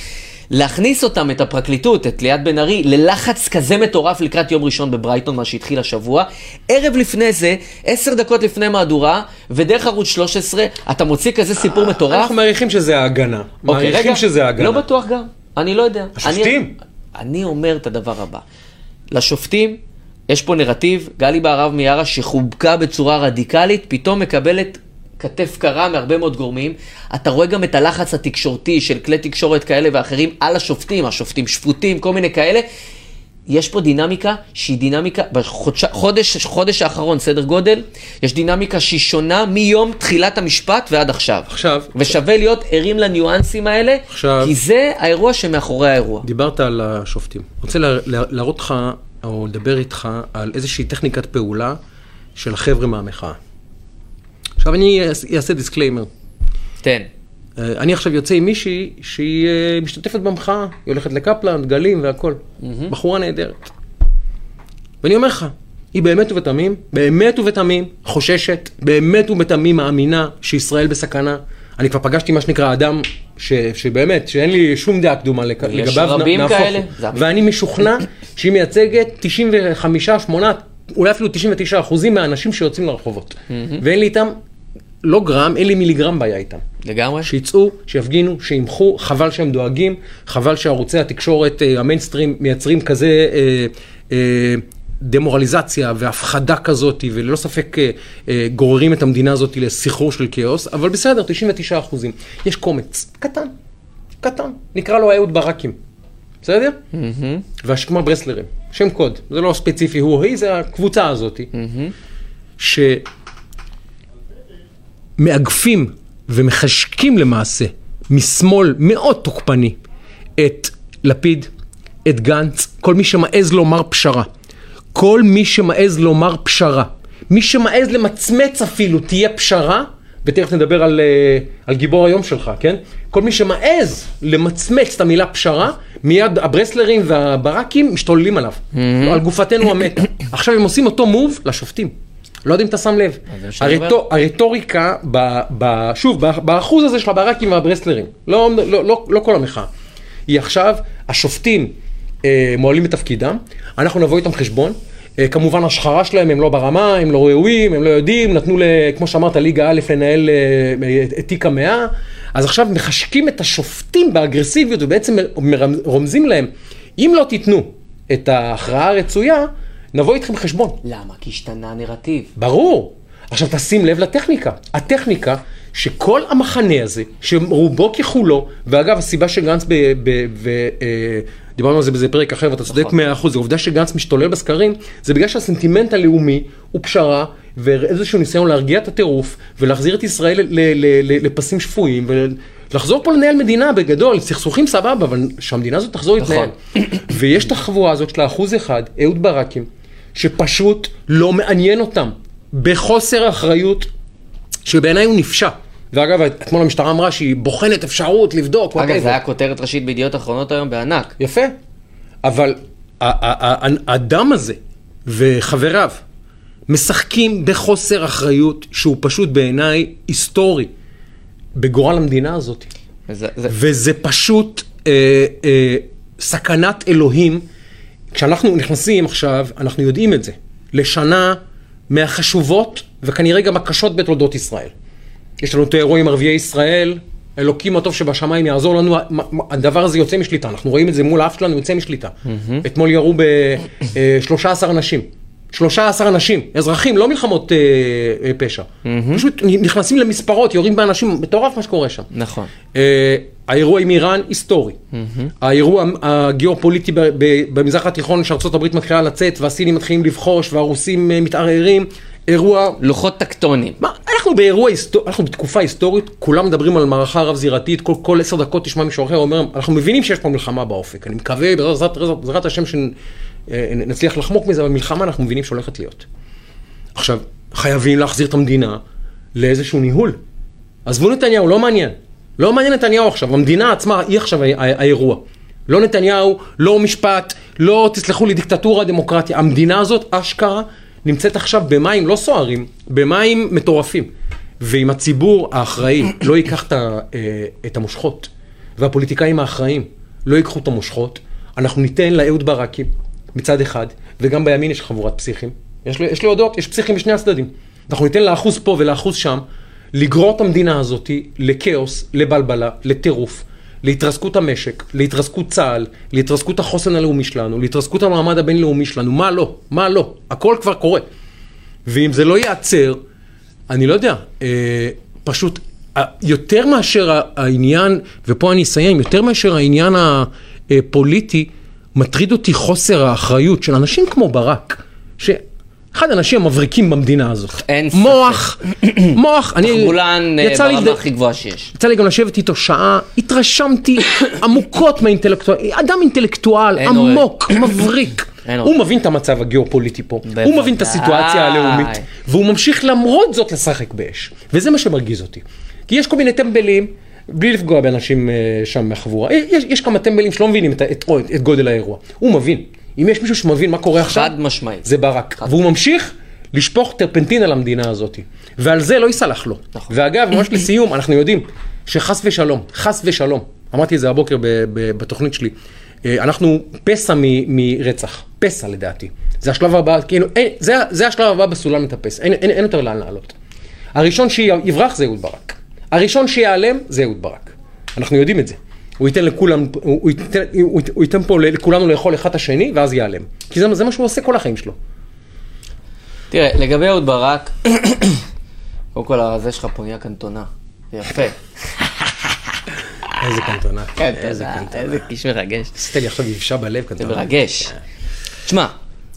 Speaker 2: להכניס אותם, את הפרקליטות, את ליאת בן ארי, ללחץ כזה מטורף לקראת יום ראשון בברייטון, מה שהתחיל השבוע. ערב לפני זה, עשר דקות לפני מהדורה, ודרך ערוץ שלוש עשרה, אתה מוציא כזה סיפור מטורף.
Speaker 3: אנחנו מעריכים שזה ההגנה. מעריכים שזה ההגנה.
Speaker 2: לא בטוח גם, אני לא יודע.
Speaker 3: השופטים?
Speaker 2: אני אומר את הדבר הבא. לשופטים, יש פה נרטיב, גלי בהרב מיארה שחובקה בצורה רדיקלית, פתאום מקבלת כתף קרה מהרבה מאוד גורמים. אתה רואה גם את הלחץ התקשורתי של כלי תקשורת כאלה ואחרים על השופטים, השופטים שפוטים, כל מיני כאלה. יש פה דינמיקה שהיא דינמיקה, בחודש חודש האחרון, סדר גודל, יש דינמיקה שהיא שונה מיום תחילת המשפט ועד עכשיו.
Speaker 3: עכשיו.
Speaker 2: ושווה להיות ערים לניואנסים האלה,
Speaker 3: עכשיו,
Speaker 2: כי זה האירוע שמאחורי האירוע.
Speaker 3: דיברת על השופטים. אני רוצה לה, לה, להראות לך, או לדבר איתך, על איזושהי טכניקת פעולה של החבר'ה מהמחאה. עכשיו אני אעשה דיסקליימר.
Speaker 2: תן.
Speaker 3: אני עכשיו יוצא עם מישהי שהיא משתתפת במחאה, היא הולכת לקפלן, גלים והכל. Mm-hmm. בחורה נהדרת. ואני אומר לך, היא באמת ובתמים, באמת ובתמים, חוששת, באמת ובתמים מאמינה שישראל בסכנה. אני כבר פגשתי מה שנקרא אדם ש, שבאמת, שאין לי שום דעה קדומה לגביו.
Speaker 2: יש רבים נהפוך. כאלה.
Speaker 3: ואני משוכנע שהיא מייצגת תשעים וחמישה, שמונה, אולי אפילו תשעים ותשעה אחוזים מהאנשים שיוצאים לרחובות. Mm-hmm. ואין לי איתם לא גרם, אין לי מיליגרם בעיה איתם.
Speaker 2: לגמרי.
Speaker 3: שיצאו, שיפגינו, שימחו, חבל שהם דואגים, חבל שערוצי התקשורת, המיינסטרים, מייצרים כזה אה, אה, דמורליזציה והפחדה כזאת, וללא ספק אה, אה, גוררים את המדינה הזאת לסחרור של כאוס, אבל בסדר, תשעים ותשעה אחוזים. יש קומץ, קטן, קטן, נקרא לו אהוד ברקים. בסדר? Mm-hmm. והשכמה ברסלרים, שם קוד, זה לא ספציפי, הוא היא, זה הקבוצה הזאת, mm-hmm. ש... מאגפים ומחשקים למעשה משמאל מאוד תוקפני את לפיד, את גנץ, כל מי שמעז לומר פשרה. כל מי שמעז לומר פשרה. מי שמעז למצמץ אפילו תהיה פשרה, ותכף נדבר על, על גיבור היום שלך, כן? כל מי שמעז למצמץ את המילה פשרה, מיד הברסלרים והברקים משתוללים עליו. Mm-hmm. על גופתנו המתה. עכשיו הם עושים אותו מוב לשופטים. לא יודעים, אתה שם לב. הרטוריקה, שוב, באחוז הזה של הברקים והברסלרים, לא, לא, לא, לא כל המחאה. היא עכשיו, השופטים מועלים בתפקידם, אנחנו נבוא איתם חשבון, כמובן השחרה שלהם הם לא ברמה, הם לא ראויים, הם לא יודעים, נתנו, כמו שאמרת, ליגה א' לנהל את תיק המאה, אז עכשיו מחשקים את השופטים באגרסיביות, ובעצם רומזים להם, אם לא תיתנו את ההכרעה הרצויה, נבוא איתכם חשבון.
Speaker 2: למה? כי השתנה נרטיב.
Speaker 3: ברור. עכשיו תשים לב לטכניקה. הטכניקה שכל המחנה הזה, שרובו ככולו, ואגב, הסיבה שגנץ, ב, ב, ב, אה, דיברנו על זה בזה פרק אחר, ואתה צודק מאה אחוז, העובדה שגנץ משתולל בסקרים, זה בגלל שהסנטימנט הלאומי הוא פשרה, ואיזשהו ניסיון להרגיע את הטירוף, ולהחזיר את ישראל ל, ל, ל, לפסים שפויים, ולחזור פה לנהל מדינה בגדול, סכסוכים סבבה, אבל שהמדינה הזאת תחזור להתנהל. ויש את החבורה הזאת של האחוז אחד, אהוד ברקים, שפשוט לא מעניין אותם, בחוסר אחריות, שבעיניי הוא נפשע. ואגב, אתמול המשטרה אמרה שהיא בוחנת אפשרות לבדוק.
Speaker 2: אגב, זה היה כותרת ראשית בידיעות אחרונות היום בענק.
Speaker 3: יפה. אבל האדם הזה וחבריו משחקים בחוסר אחריות, שהוא פשוט בעיניי היסטורי, בגורל המדינה הזאת. וזה, זה... וזה פשוט אה, אה, סכנת אלוהים. כשאנחנו נכנסים עכשיו, אנחנו יודעים את זה, לשנה מהחשובות, וכנראה גם הקשות בתולדות ישראל. יש לנו את האירועים ערביי ישראל, אלוקים הטוב שבשמיים יעזור לנו, הדבר הזה יוצא משליטה, אנחנו רואים את זה מול האף שלנו, יוצא משליטה. Mm-hmm. אתמול ירו ב-שלושה עשר אנשים, שלושה עשר אנשים, אזרחים, לא מלחמות אה, אה, פשע. Mm-hmm. פשוט נכנסים למספרות, יורים באנשים, מטורף מה שקורה שם.
Speaker 2: נכון.
Speaker 3: אה, האירוע עם איראן, היסטורי. Mm-hmm. האירוע הגיאופוליטי במזרח התיכון, שארצות הברית מתחילה לצאת, והסינים מתחילים לבחוש, והרוסים מתערערים, אירוע...
Speaker 2: לוחות טקטונים.
Speaker 3: מה? אנחנו באירוע היסטורי, אנחנו בתקופה היסטורית, כולם מדברים על מערכה רב זירתית, כל, כל עשר דקות תשמע מישהו אחר, אומר, אנחנו מבינים שיש פה מלחמה באופק, אני מקווה, בעזרת, בעזרת השם שנצליח לחמוק מזה, אבל מלחמה אנחנו מבינים שהולכת להיות. עכשיו, חייבים להחזיר את המדינה לאיזשהו ניהול. עזבו נתניהו, לא מעניין. לא מעניין נתניהו עכשיו, המדינה עצמה היא עכשיו האירוע. לא נתניהו, לא משפט, לא תסלחו לי דיקטטורה, דמוקרטיה. המדינה הזאת, אשכרה, נמצאת עכשיו במים לא סוערים, במים מטורפים. ואם הציבור האחראי לא ייקח את המושכות, והפוליטיקאים האחראים לא ייקחו את המושכות, אנחנו ניתן לאהוד ברקים מצד אחד, וגם בימין יש חבורת פסיכים. יש לי, יש לי הודעות, יש פסיכים בשני הצדדים. אנחנו ניתן לאחוז פה ולאחוז שם, לגרור את המדינה הזאת לקאוס, לבלבלה, לטירוף, להתרסקות המשק, להתרסקות צה"ל, להתרסקות החוסן הלאומי שלנו, להתרסקות המעמד הבינלאומי שלנו, מה לא? מה לא? הכל כבר קורה. ואם זה לא ייעצר, אני לא יודע, אה, פשוט יותר מאשר העניין, ופה אני אסיים, יותר מאשר העניין הפוליטי, מטריד אותי חוסר האחריות של אנשים כמו ברק, שאחד האנשים המבריקים במדינה הזאת.
Speaker 2: אין ספק.
Speaker 3: מוח, מוח, אני...
Speaker 2: תחבולן ברמה הכי גבוהה שיש.
Speaker 3: יצא לי גם לשבת איתו שעה, התרשמתי עמוקות מהאינטלקטואל, אדם אינטלקטואל, עמוק, מבריק. הוא מבין את המצב הגיאופוליטי פה, הוא מבין את הסיטואציה הלאומית, והוא ממשיך למרות זאת לשחק באש. וזה מה שמרגיז אותי. כי יש כל מיני טמבלים, בלי לפגוע באנשים שם מהחבורה, יש, יש כמה טמבלים שלא מבינים את, את, את גודל האירוע. הוא מבין. אם יש מישהו שמבין מה קורה עכשיו,
Speaker 2: חד משמעי.
Speaker 3: זה ברק. והוא ממשיך לשפוך טרפנטין על המדינה הזאת. ועל זה לא יסלח לו. ואגב, ממש לסיום, אנחנו יודעים שחס ושלום, חס ושלום, אמרתי את זה הבוקר ב, ב, בתוכנית שלי, אנחנו פסע מ, מרצח, פסע לדעתי. זה השלב הבא, כאילו, אין, זה, זה השלב הבא בסולם לטפס, אין, אין, אין יותר לאן לעלות. הראשון שיברח זה אהוד ברק. הראשון שיעלם זה אהוד ברק. אנחנו יודעים את זה. הוא ייתן לכולם, הוא ייתן, הוא ייתן פה לכולנו לאכול אחד השני, ואז יעלם. כי זה, זה מה שהוא עושה כל החיים שלו.
Speaker 2: תראה, לגבי אהוד ברק, קודם כל, זה שלך פה נהיה קנטונה. זה יפה.
Speaker 3: איזה קנטונה.
Speaker 2: איזה קנטונה. איזה איש מרגש.
Speaker 3: עשית לי עכשיו יבשה בלב קנטונה.
Speaker 2: זה מרגש. תשמע,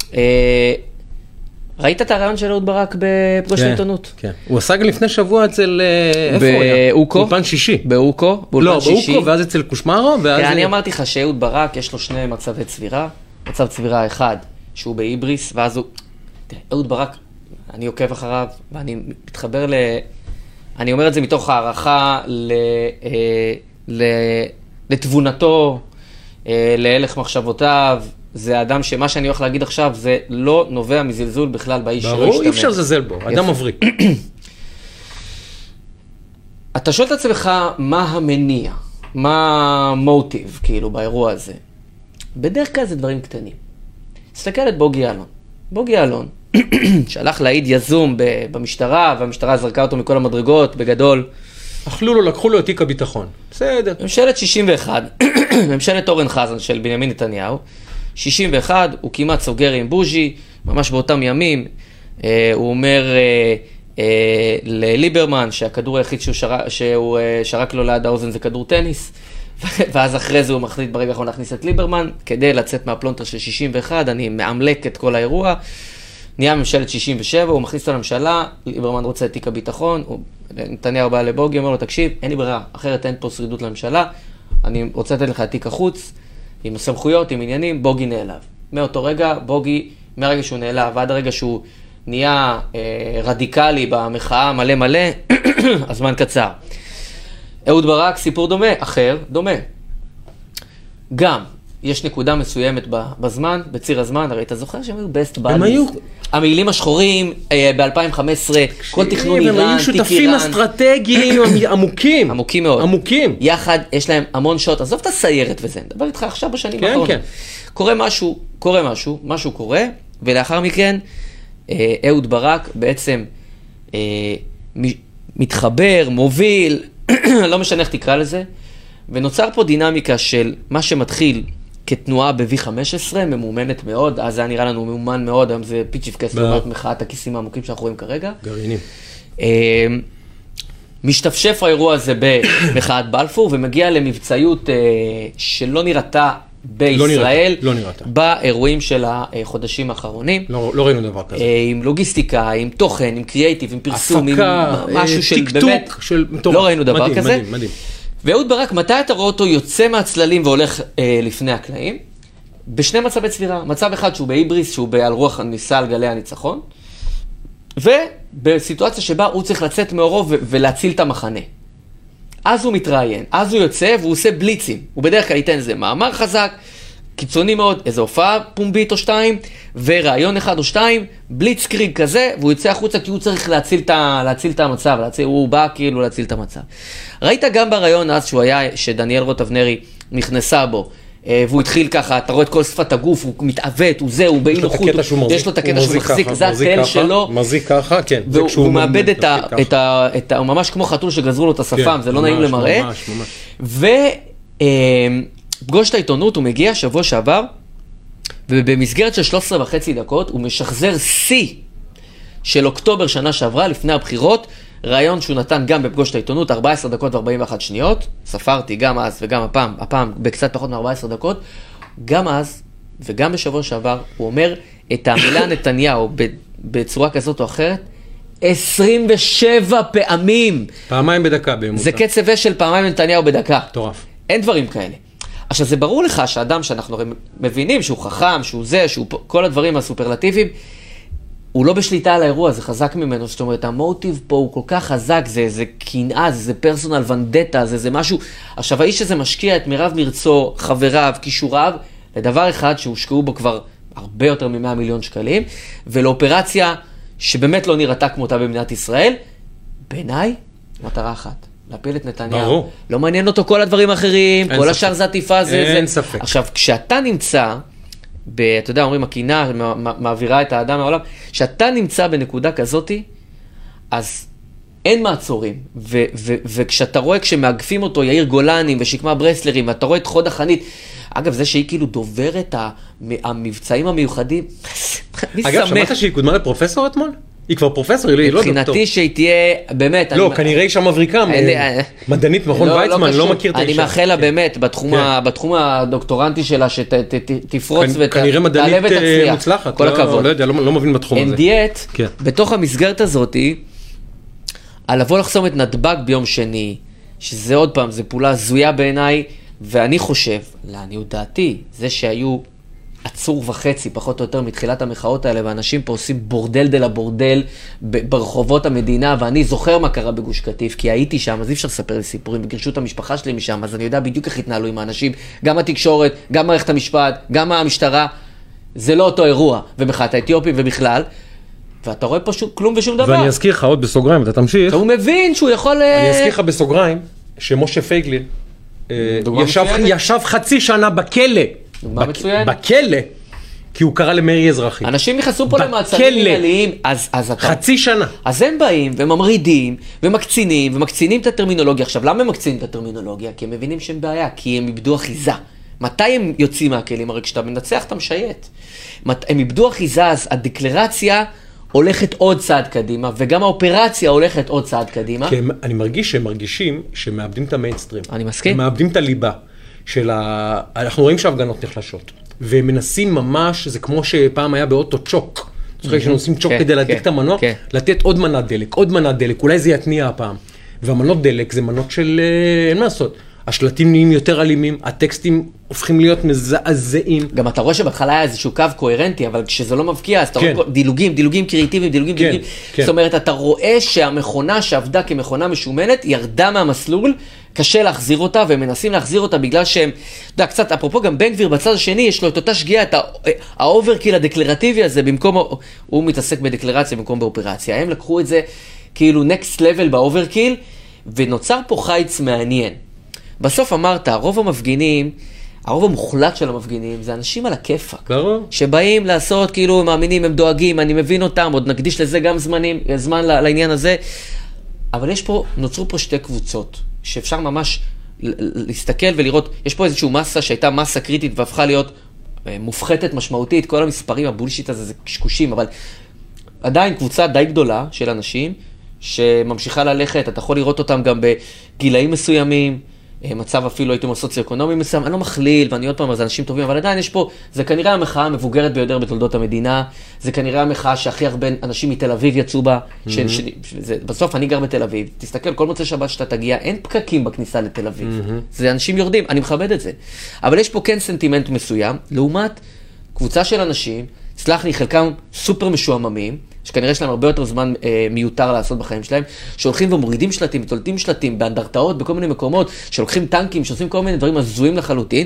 Speaker 2: ראית את הרעיון של אהוד ברק בפגוש העיתונות?
Speaker 3: כן. הוא עשה גם לפני שבוע אצל... איפה הוא היה?
Speaker 2: באוקו.
Speaker 3: באולפן שישי.
Speaker 2: באוקו.
Speaker 3: לא, באוקו, ואז אצל קושמרו, ואז...
Speaker 2: אני אמרתי לך שאהוד ברק יש לו שני מצבי צבירה. מצב צבירה אחד, שהוא בהיבריס, ואז הוא... אהוד ברק, אני עוקב אחריו, ואני מתחבר ל... אני אומר את זה מתוך הערכה ל... ל... לתבונתו, להלך מחשבותיו. זה אדם שמה שאני הולך להגיד עכשיו, זה לא נובע מזלזול בכלל באיש שלא ישתמש.
Speaker 3: ברור, אי אפשר לזלזל בו, אדם מבריק.
Speaker 2: אתה שואל את עצמך מה המניע, מה המוטיב, כאילו, באירוע הזה. בדרך כלל זה דברים קטנים. תסתכל את בוגי יעלון. בוגי יעלון, שהלך להעיד יזום במשטרה, והמשטרה זרקה אותו מכל המדרגות, בגדול.
Speaker 3: אכלו לו, לקחו לו את תיק הביטחון. בסדר.
Speaker 2: ממשלת שישים ואחת, ממשלת אורן חזן של בנימין נתניהו, שישים ואחת, הוא כמעט סוגר עם בוז'י, ממש באותם ימים, אה, הוא אומר אה, אה, לליברמן שהכדור היחיד שהוא, שרק, שהוא אה, שרק לו ליד האוזן זה כדור טניס, ואז אחרי זה הוא מחליט ברגע האחרון להכניס את ליברמן, כדי לצאת מהפלונטר של שישים ואחת, אני מאמלק את כל האירוע, נהיה ממשלת שישים ושבע, הוא מכניס את הממשלה, ליברמן רוצה את תיק הביטחון, הוא, נתניהו בא לבוגי, אומר לו, תקשיב, אין לי ברירה, אחרת אין פה שרידות לממשלה, אני רוצה לתת לך את תיק החוץ, עם הסמכויות, עם עניינים, בוגי נעלב. מאותו רגע, בוגי, מהרגע שהוא נעלב, ועד הרגע שהוא נהיה אה, רדיקלי במחאה מלא מלא, הזמן קצר. אהוד ברק, סיפור דומה, אחר, דומה. גם, יש נקודה מסוימת בזמן, בציר הזמן, הרי אתה זוכר שהם היו בסט בלס. הם היו... המעילים השחורים, ב-אלפיים וחמש עשרה, כל תכנון איראן, תיק איראן. הם היו שותפים
Speaker 3: אסטרטגיים עמוקים.
Speaker 2: עמוקים מאוד.
Speaker 3: עמוקים.
Speaker 2: יחד, יש להם המון שעות. עזוב את הסיירת וזה, נדבר איתך עכשיו בשנים האחרונות. כן, כן. קורה משהו, קורה משהו, משהו קורה, ולאחר מכן, אהוד ברק בעצם מתחבר, מוביל, לא משנה איך תקרא לזה, ונוצר פה דינמיקה של מה שמתחיל כתנועה ב-וי חמש עשרה, ממומנת מאוד, אז זה היה נראה לנו ממומן מאוד, היום זה פיצ'יפקס לעומת מחאת הכיסים העמוקים שאנחנו רואים כרגע.
Speaker 3: גרעינים.
Speaker 2: משתפשף האירוע הזה במחאת בלפור, ומגיע למבצעיות שלא נראתה בישראל,
Speaker 3: לא נראתה.
Speaker 2: באירועים של החודשים האחרונים.
Speaker 3: לא, לא ראינו דבר כזה.
Speaker 2: עם לוגיסטיקה, עם תוכן, עם קריאייטיב, עם פרסום,
Speaker 3: הפקה,
Speaker 2: עם משהו של באמת,
Speaker 3: של...
Speaker 2: לא ראינו דבר
Speaker 3: מדהים,
Speaker 2: כזה.
Speaker 3: מדהים, מדהים.
Speaker 2: ואהוד ברק, מתי אתה רואה אותו יוצא מהצללים והולך אה, לפני הקלעים? בשני מצבי צבירה. מצב אחד שהוא בהיבריס, שהוא על רוח ניסה על גלי הניצחון, ובסיטואציה שבה הוא צריך לצאת מאורו ו- ולהציל את המחנה. אז הוא מתראיין, אז הוא יוצא והוא עושה בליצים. הוא בדרך כלל ייתן איזה מאמר חזק, קיצוני מאוד, איזו הופעה פומבית או שתיים, ורעיון אחד או שתיים, בליץ קריג כזה, והוא יוצא החוצה כי הוא צריך להציל את, להציל את המצב, להציל, הוא בא כאילו להציל את המצב. ראית גם ברעיון אז שהוא היה, שדניאל רוט אבנרי נכנסה בו. והוא התחיל ככה, אתה רואה את כל שפת הגוף, הוא מתעוות, הוא זה, הוא באי נוחות, יש לו את הקטע שהוא מחזיק, זה התל שלו.
Speaker 3: מחזיק ככה, כן.
Speaker 2: והוא מאבד את ה... הוא ממש כמו חתול שגזרו לו את השפם, זה לא נעים למראה.
Speaker 3: ממש, ממש.
Speaker 2: ופגוש את העיתונות, הוא מגיע שבוע שעבר, ובמסגרת של שלוש עשרה וחצי דקות, הוא משחזר שיא של אוקטובר שנה שעברה, לפני הבחירות, רעיון שהוא נתן גם בפגוש את העיתונות, ארבע עשרה דקות ו-ארבעים ואחת שניות, ספרתי גם אז וגם הפעם, הפעם בקצת פחות מ-ארבע עשרה דקות, גם אז וגם בשבוע שעבר, הוא אומר את המילה נתניהו בצורה כזאת או אחרת, עשרים ושבע פעמים.
Speaker 3: פעמיים בדקה בממוצע.
Speaker 2: זה קצב של פעמיים נתניהו בדקה.
Speaker 3: מטורף.
Speaker 2: אין דברים כאלה. עכשיו, זה ברור לך שאדם שאנחנו מבינים שהוא חכם, שהוא זה, שהוא כל הדברים הסופרלטיביים, הוא לא בשליטה על האירוע, זה חזק ממנו, זאת אומרת, המוטיב פה הוא כל כך חזק, זה, זה קנאה, זה, זה פרסונל ונדטה, זה, זה משהו. עכשיו, האיש הזה משקיע את מירב מרצו, חבריו, כישוריו, לדבר אחד שהושקעו בו כבר הרבה יותר מ-מאה מיליון שקלים, ולאופרציה שבאמת לא נראתה כמותה במדינת ישראל, בעיניי, מטרה אחת. להפיל את נתניהו.
Speaker 3: ברור.
Speaker 2: לא מעניין אותו כל הדברים האחרים, כל השאר זה עטיפה, זה...
Speaker 3: אין
Speaker 2: זה...
Speaker 3: ספק.
Speaker 2: עכשיו, כשאתה נמצא, ב, אתה יודע, אומרים, הקינה מעבירה את האדם מהעולם, כשאתה נמצא בנקודה כזאתי, אז אין מעצורים. ו, ו, וכשאתה רואה, כשמאגפים אותו, יאיר גולני ושקמה ברסלרים, ואתה רואה את חוד החנית, אגב, זה שהיא כאילו דוברת המבצעים המיוחדים, מי שמח.
Speaker 3: אגב, שמעת שהיא קודמה לפרופסור אתמול? היא כבר פרופסור, היא לא דוקטור.
Speaker 2: מבחינתי שהיא תהיה, באמת...
Speaker 3: לא, כנראה היא שם מבריקה, מדענית מכון ויצמן, לא מכיר את האישה.
Speaker 2: אני מאחל לה באמת, בתחום הדוקטורנטי שלה, שתפרוץ ותעלה ותצליח.
Speaker 3: מוצלחת,
Speaker 2: כל הכבוד.
Speaker 3: לא יודע, לא מבין בתחום הזה.
Speaker 2: אנדיאט, בתוך המסגרת הזאת, על לבוא לחסום את נתב"ג ביום שני, שזה עוד פעם, זה פעולה זויה בעיניי, ואני חושב, לעניות דעתי, זה שהיו עצור וחצי, פחות או יותר, מתחילת המחאות האלה, ואנשים פה עושים בורדל דלה בורדל ברחובות המדינה, ואני זוכר מה קרה בגוש קטיף, כי הייתי שם, אז אי אפשר לספר לי סיפורים, וגירשו את המשפחה שלי משם, אז אני יודע בדיוק איך התנהלו עם האנשים, גם התקשורת, גם מערכת המשפט, גם המשטרה, זה לא אותו אירוע, ומחאת האתיופים ובכלל, ואתה רואה פה שום, כלום ושום דבר.
Speaker 3: ואני אזכיר לך עוד בסוגריים, אתה תמשיך.
Speaker 2: הוא מבין שהוא יכול...
Speaker 3: אני אזכיר לך בסוגריים, שמשה פייגלין, ישב, ישב חצי שנה בכלא.
Speaker 2: דוגמה מצוינת.
Speaker 3: בכלא, כי הוא קרא למרי אזרחי.
Speaker 2: אנשים נכנסו פה למעצרים מנהליים, אז, אז אתה...
Speaker 3: חצי שנה.
Speaker 2: אז הם באים וממרידים ומקצינים ומקצינים את הטרמינולוגיה. עכשיו, למה הם מקצינים את הטרמינולוגיה? כי הם מבינים שהם בעיה, כי הם איבדו אחיזה. מתי הם יוצאים מהכלים? הרי כשאתה מנצח, אתה משייט. הם איבדו אחיזה, אז הדקלרציה הולכת עוד צעד קדימה, וגם האופרציה הולכת עוד צעד קדימה.
Speaker 3: כי הם, אני מרגיש שהם מרגישים שמאבדים את המיינסטרים.
Speaker 2: אני מסכים.
Speaker 3: הם מאבדים את הליבה. של ה... אנחנו רואים שההפגנות נחלשות, והם מנסים ממש, זה כמו שפעם היה באוטו צ'וק, זוכר שהם עושים צ'וק כדי להדליק את המנוע, לתת עוד מנת דלק, עוד מנת דלק, אולי זה יתניע הפעם. והמנות דלק זה מנות של, אין מה לעשות, השלטים נהיים יותר אלימים, הטקסטים הופכים להיות מזעזעים.
Speaker 2: גם אתה רואה שבהתחלה היה איזשהו קו קוהרנטי, אבל כשזה לא מבקיע, אז אתה רואה דילוגים, דילוגים קריאיטיביים, דילוגים, דילוגים. זאת אומרת, אתה רואה שהמכונה שעבדה כמכונה משומנת, ירדה מהמסלול, קשה להחזיר אותה, והם מנסים להחזיר אותה בגלל שהם, אתה יודע, קצת, אפרופו גם בן גביר בצד השני, יש לו את אותה שגיאה, את האוברקיל הדקלרטיבי הזה, במקום, הוא מתעסק בדקלרציה במקום באופרציה. הם לקחו את זה כאילו next level באוברקיל, ונוצר פה חיץ מעניין. בסוף אמרת, הרוב המפגינים, הרוב המוחלט של המפגינים, זה אנשים על הכיפק. שבאים לעשות, כאילו, הם מאמינים, הם דואגים, אני מבין אותם, עוד נקדיש לזה גם זמנים, זמן לעניין הזה. אבל יש פה, נוצרו פה שתי קבוצות, שאפשר ממש להסתכל ולראות, יש פה איזושהי מסה שהייתה מסה קריטית והפכה להיות מופחתת משמעותית, כל המספרים, הבולשיט הזה זה קשקושים, אבל עדיין קבוצה די גדולה של אנשים, שממשיכה ללכת, אתה יכול לראות אותם גם בגילאים מסוימים, מצב אפילו הייתם סוציו-אקונומי מסוים, אני לא מכליל, ואני עוד פעם, זה אנשים טובים, אבל עדיין יש פה, זה כנראה המחאה המבוגרת ביותר בתולדות המדינה, זה כנראה המחאה שהכי הרבה אנשים מתל אביב יצאו בה, mm-hmm. ש, ש, זה, בסוף אני גר בתל אביב, תסתכל, כל מוצא שבת שאתה תגיע, אין פקקים בכניסה לתל אביב, mm-hmm. זה אנשים יורדים, אני מכבד את זה, אבל יש פה כן סנטימנט מסוים, לעומת קבוצה של אנשים, סלח לי, חלקם סופר משועממים, שכנראה יש להם הרבה יותר זמן אה, מיותר לעשות בחיים שלהם, שהולכים ומורידים שלטים, תולטים שלטים, באנדרטאות, בכל מיני מקומות, שלוקחים טנקים, שעושים כל מיני דברים הזויים לחלוטין,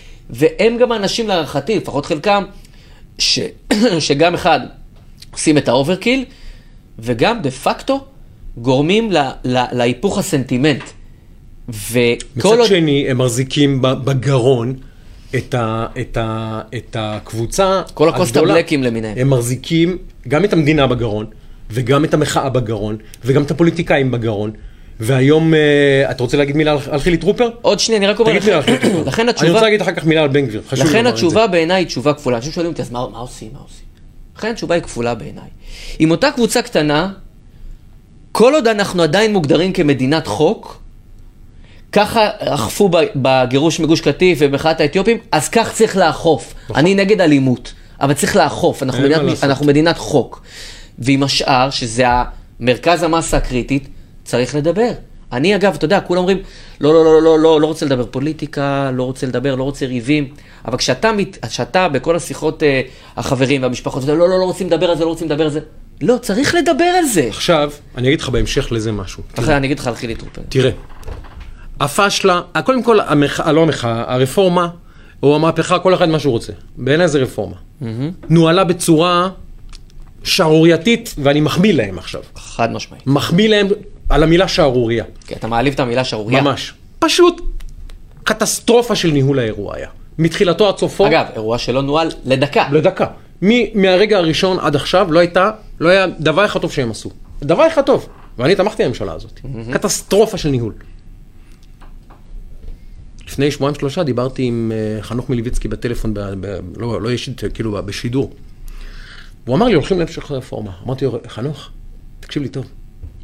Speaker 2: והם גם האנשים להערכתי, לפחות חלקם, ש... שגם אחד עושים את האוברקיל, וגם דה פקטו גורמים לה... לה... להיפוך הסנטימנט.
Speaker 3: מצד עוד... שני, הם מחזיקים בגרון את, ה, את, ה, את הקבוצה
Speaker 2: כל הקוסט הבלקים למיניהם.
Speaker 3: הם מחזיקים גם את המדינה בגרון, וגם את המחאה בגרון, וגם את הפוליטיקאים בגרון. והיום, אתה רוצה להגיד מילה על חילי טרופר?
Speaker 2: עוד שנייה, אני רק אומר לכם. לכן התשובה...
Speaker 3: אני רוצה להגיד אחר כך מילה על בן גביר.
Speaker 2: לכן התשובה בעיניי היא תשובה כפולה. אנשים שואלים אותי, אז מה עושים? מה עושים? לכן התשובה היא כפולה בעיניי. עם אותה קבוצה קטנה, כל עוד אנחנו עדיין מוגדרים כמדינת חוק, ככה אכפו בגירוש מגוש קטיף ובמחאת האתיופים, אז כך צריך לאכוף. אני נגד אלימות, אבל צריך לאכוף. אנחנו מדינת, אנחנו מדינת חוק. ועם השאר, שזה המרכז המסה הקריטית, צריך לדבר. אני אגב, אתה יודע, כולם אומרים, לא, לא, לא, לא, לא, לא רוצה לדבר פוליטיקה, לא רוצה לדבר, לא רוצה ריבים, אבל כשאתה, כשאתה בכל השיחות אה, החברים והמשפחות, לא, לא, לא, לא רוצים לדבר על זה, לא רוצים לדבר על זה. לא, צריך לדבר על זה.
Speaker 3: עכשיו, אני אגיד לך בהמשך לזה משהו.
Speaker 2: אחרי, אני אגיד לך על חילי טרופר.
Speaker 3: תראה, הפשלה, קודם כל, המחאה, לא המחאה, הרפורמה, או המהפכה, כל אחד מה שהוא רוצה. בעיניי זה רפורמה. Mm-hmm. נועלה בצורה שערורייתית, ואני מחמיא להם עכשיו.
Speaker 2: חד משמעית.
Speaker 3: מחמיא להם על המילה שערוריה.
Speaker 2: כי אתה מעליב את המילה שערוריה.
Speaker 3: ממש. פשוט קטסטרופה של ניהול האירוע היה. מתחילתו עד סופו.
Speaker 2: אגב, אירוע שלא נוהל לדקה.
Speaker 3: לדקה. מ- מהרגע הראשון עד עכשיו לא הייתה, לא היה דבר אחד טוב שהם עשו. דבר אחד טוב. ואני תמכתי בממשלה הזאת. Mm-hmm. קטסטרופה של ניהול. לפני שבועיים שלושה דיברתי עם uh, חנוך מליביצקי בטלפון, ב- ב- לא, לא יש, כאילו בשידור. הוא אמר לי, הולכים להמשך הרפורמה. אמרתי, חנוך, תקשיב לי טוב.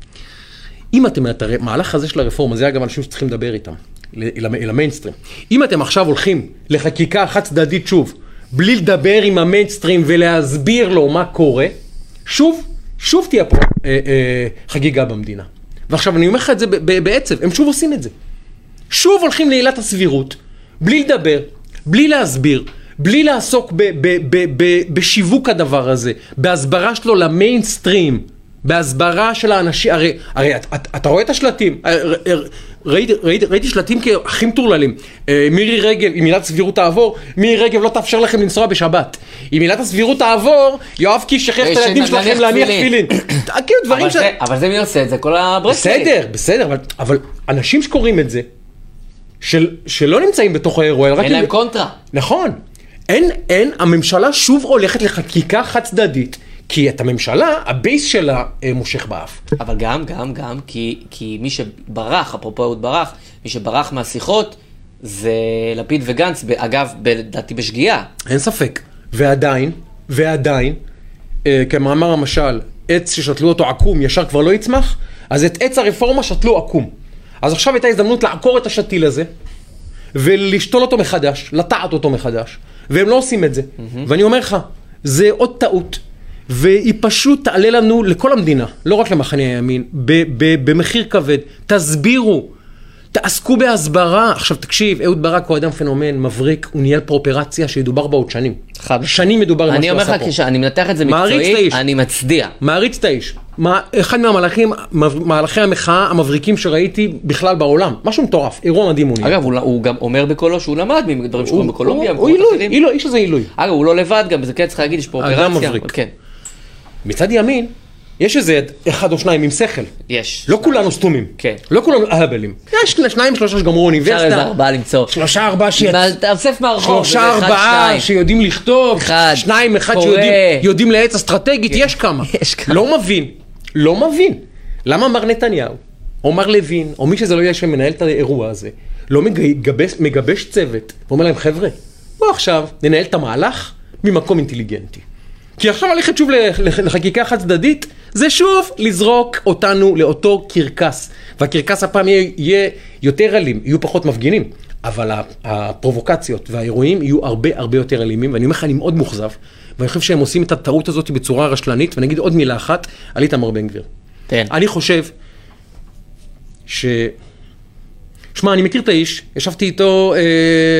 Speaker 3: אם אתם, את המהלך הזה של הרפורמה, זה היה גם אנשים שצריכים לדבר איתם, אל המיינסטרים. אם אתם עכשיו הולכים לחקיקה חד צדדית שוב, בלי לדבר עם המיינסטרים ולהסביר לו מה קורה, שוב, שוב תהיה פה אה, אה, חגיגה במדינה. ועכשיו אני אומר לך את זה בעצב, הם שוב עושים את זה. שוב הולכים לעילת הסבירות, בלי לדבר, בלי להסביר, בלי לעסוק ב- ב- ב- ב- בשיווק הדבר הזה, בהסברה שלו למיינסטרים, בהסברה של האנשים, הרי, הרי אתה, אתה רואה את השלטים, ראיתי, ראיתי, ראיתי שלטים כהכי מטורללים, מירי רגב, אם מילת הסבירות תעבור, מירי רגב לא תאפשר לכם לנסוע בשבת, אם מילת הסבירות תעבור, יואב קיש שכח את הילדים שלכם להניח תפילין. כאילו דברים ש...
Speaker 2: אבל זה מי עושה את זה? כל הברקסים.
Speaker 3: בסדר, בסדר, אבל, אבל אנשים שקוראים את זה, של, שלא נמצאים בתוך האירוע,
Speaker 2: אין להם קונטרה.
Speaker 3: נכון, אין, אין, הממשלה שוב הולכת לחקיקה חד צדדית, כי את הממשלה, הבייס שלה מושך באף.
Speaker 2: אבל גם, גם, גם, כי, כי מי שברח, אפרופו אהוד ברח, מי שברח מהשיחות, זה לפיד וגנץ, אגב, לדעתי בשגיאה.
Speaker 3: אין ספק. ועדיין, ועדיין, אה, כמאמר המשל, עץ ששתלו אותו עקום, ישר כבר לא יצמח, אז את עץ הרפורמה שתלו עקום. אז עכשיו הייתה הזדמנות לעקור את השתיל הזה, ולשתול אותו מחדש, לטעת אותו מחדש, והם לא עושים את זה. Mm-hmm. ואני אומר לך, זה עוד טעות. והיא פשוט תעלה לנו לכל המדינה, לא רק למחנה הימין, במחיר כבד. תסבירו, תעסקו בהסברה. עכשיו תקשיב, אהוד ברק הוא אדם פנומן, מבריק, הוא ניהל פרופרציה שידובר בה עוד שנים. שנים מדובר על מה שהוא עשה פה.
Speaker 2: אני אומר לך, כשאני מנתח את זה מקצועית, אני מצדיע.
Speaker 3: מעריץ את האיש. אחד מהמהלכים, מהלכי המחאה המבריקים שראיתי בכלל בעולם. משהו מטורף, אירוע מדהים הוא נהיה.
Speaker 2: אגב, הוא גם אומר בקולו שהוא למד מדברים שקורים בקולומביה.
Speaker 3: הוא עילוי, איש הזה עילוי.
Speaker 2: אגב, הוא לא לבד גם, בזה כן צריך להגיד, יש פה אופרציה.
Speaker 3: מצד ימין, יש איזה אחד או שניים עם שכל.
Speaker 2: יש.
Speaker 3: לא כולנו סתומים.
Speaker 2: כן.
Speaker 3: לא כולנו אהבלים. יש שניים, שלושה שגמרו אוניברסיטה.
Speaker 2: אפשר איזה ארבעה למצוא.
Speaker 3: שלושה, ארבעה שיצ...
Speaker 2: תאסף מהרחוב.
Speaker 3: שלושה, ארבעה שיודעים לכתוב. אחד. שניים, אחד שיודעים לעץ אסטרטגית. יש כמה.
Speaker 2: יש כמה.
Speaker 3: לא מבין. לא מבין. למה מר נתניהו, או מר לוין, או מי שזה לא יהיה שמנהל את האירוע הזה, לא מגבש, מגבש צוות, ואומר להם, חבר'ה, בוא עכשיו ננהל את המהלך ממקום אינטליגנטי. כי עכשיו הלכת שוב לחקיקה חד צדדית, זה שוב לזרוק אותנו לאותו קרקס. והקרקס הפעם יהיה, יהיה יותר אלים, יהיו פחות מפגינים. אבל הפרובוקציות והאירועים יהיו הרבה הרבה יותר אלימים, ואני אומר לך, אני מאוד מוחזב, ואני חושב שהם עושים את הטעות הזאת בצורה רשלנית, ואני אגיד עוד מילה אחת, על איתמר בן גביר.
Speaker 2: כן.
Speaker 3: אני חושב ש... שמע, אני מכיר את האיש, ישבתי איתו אה,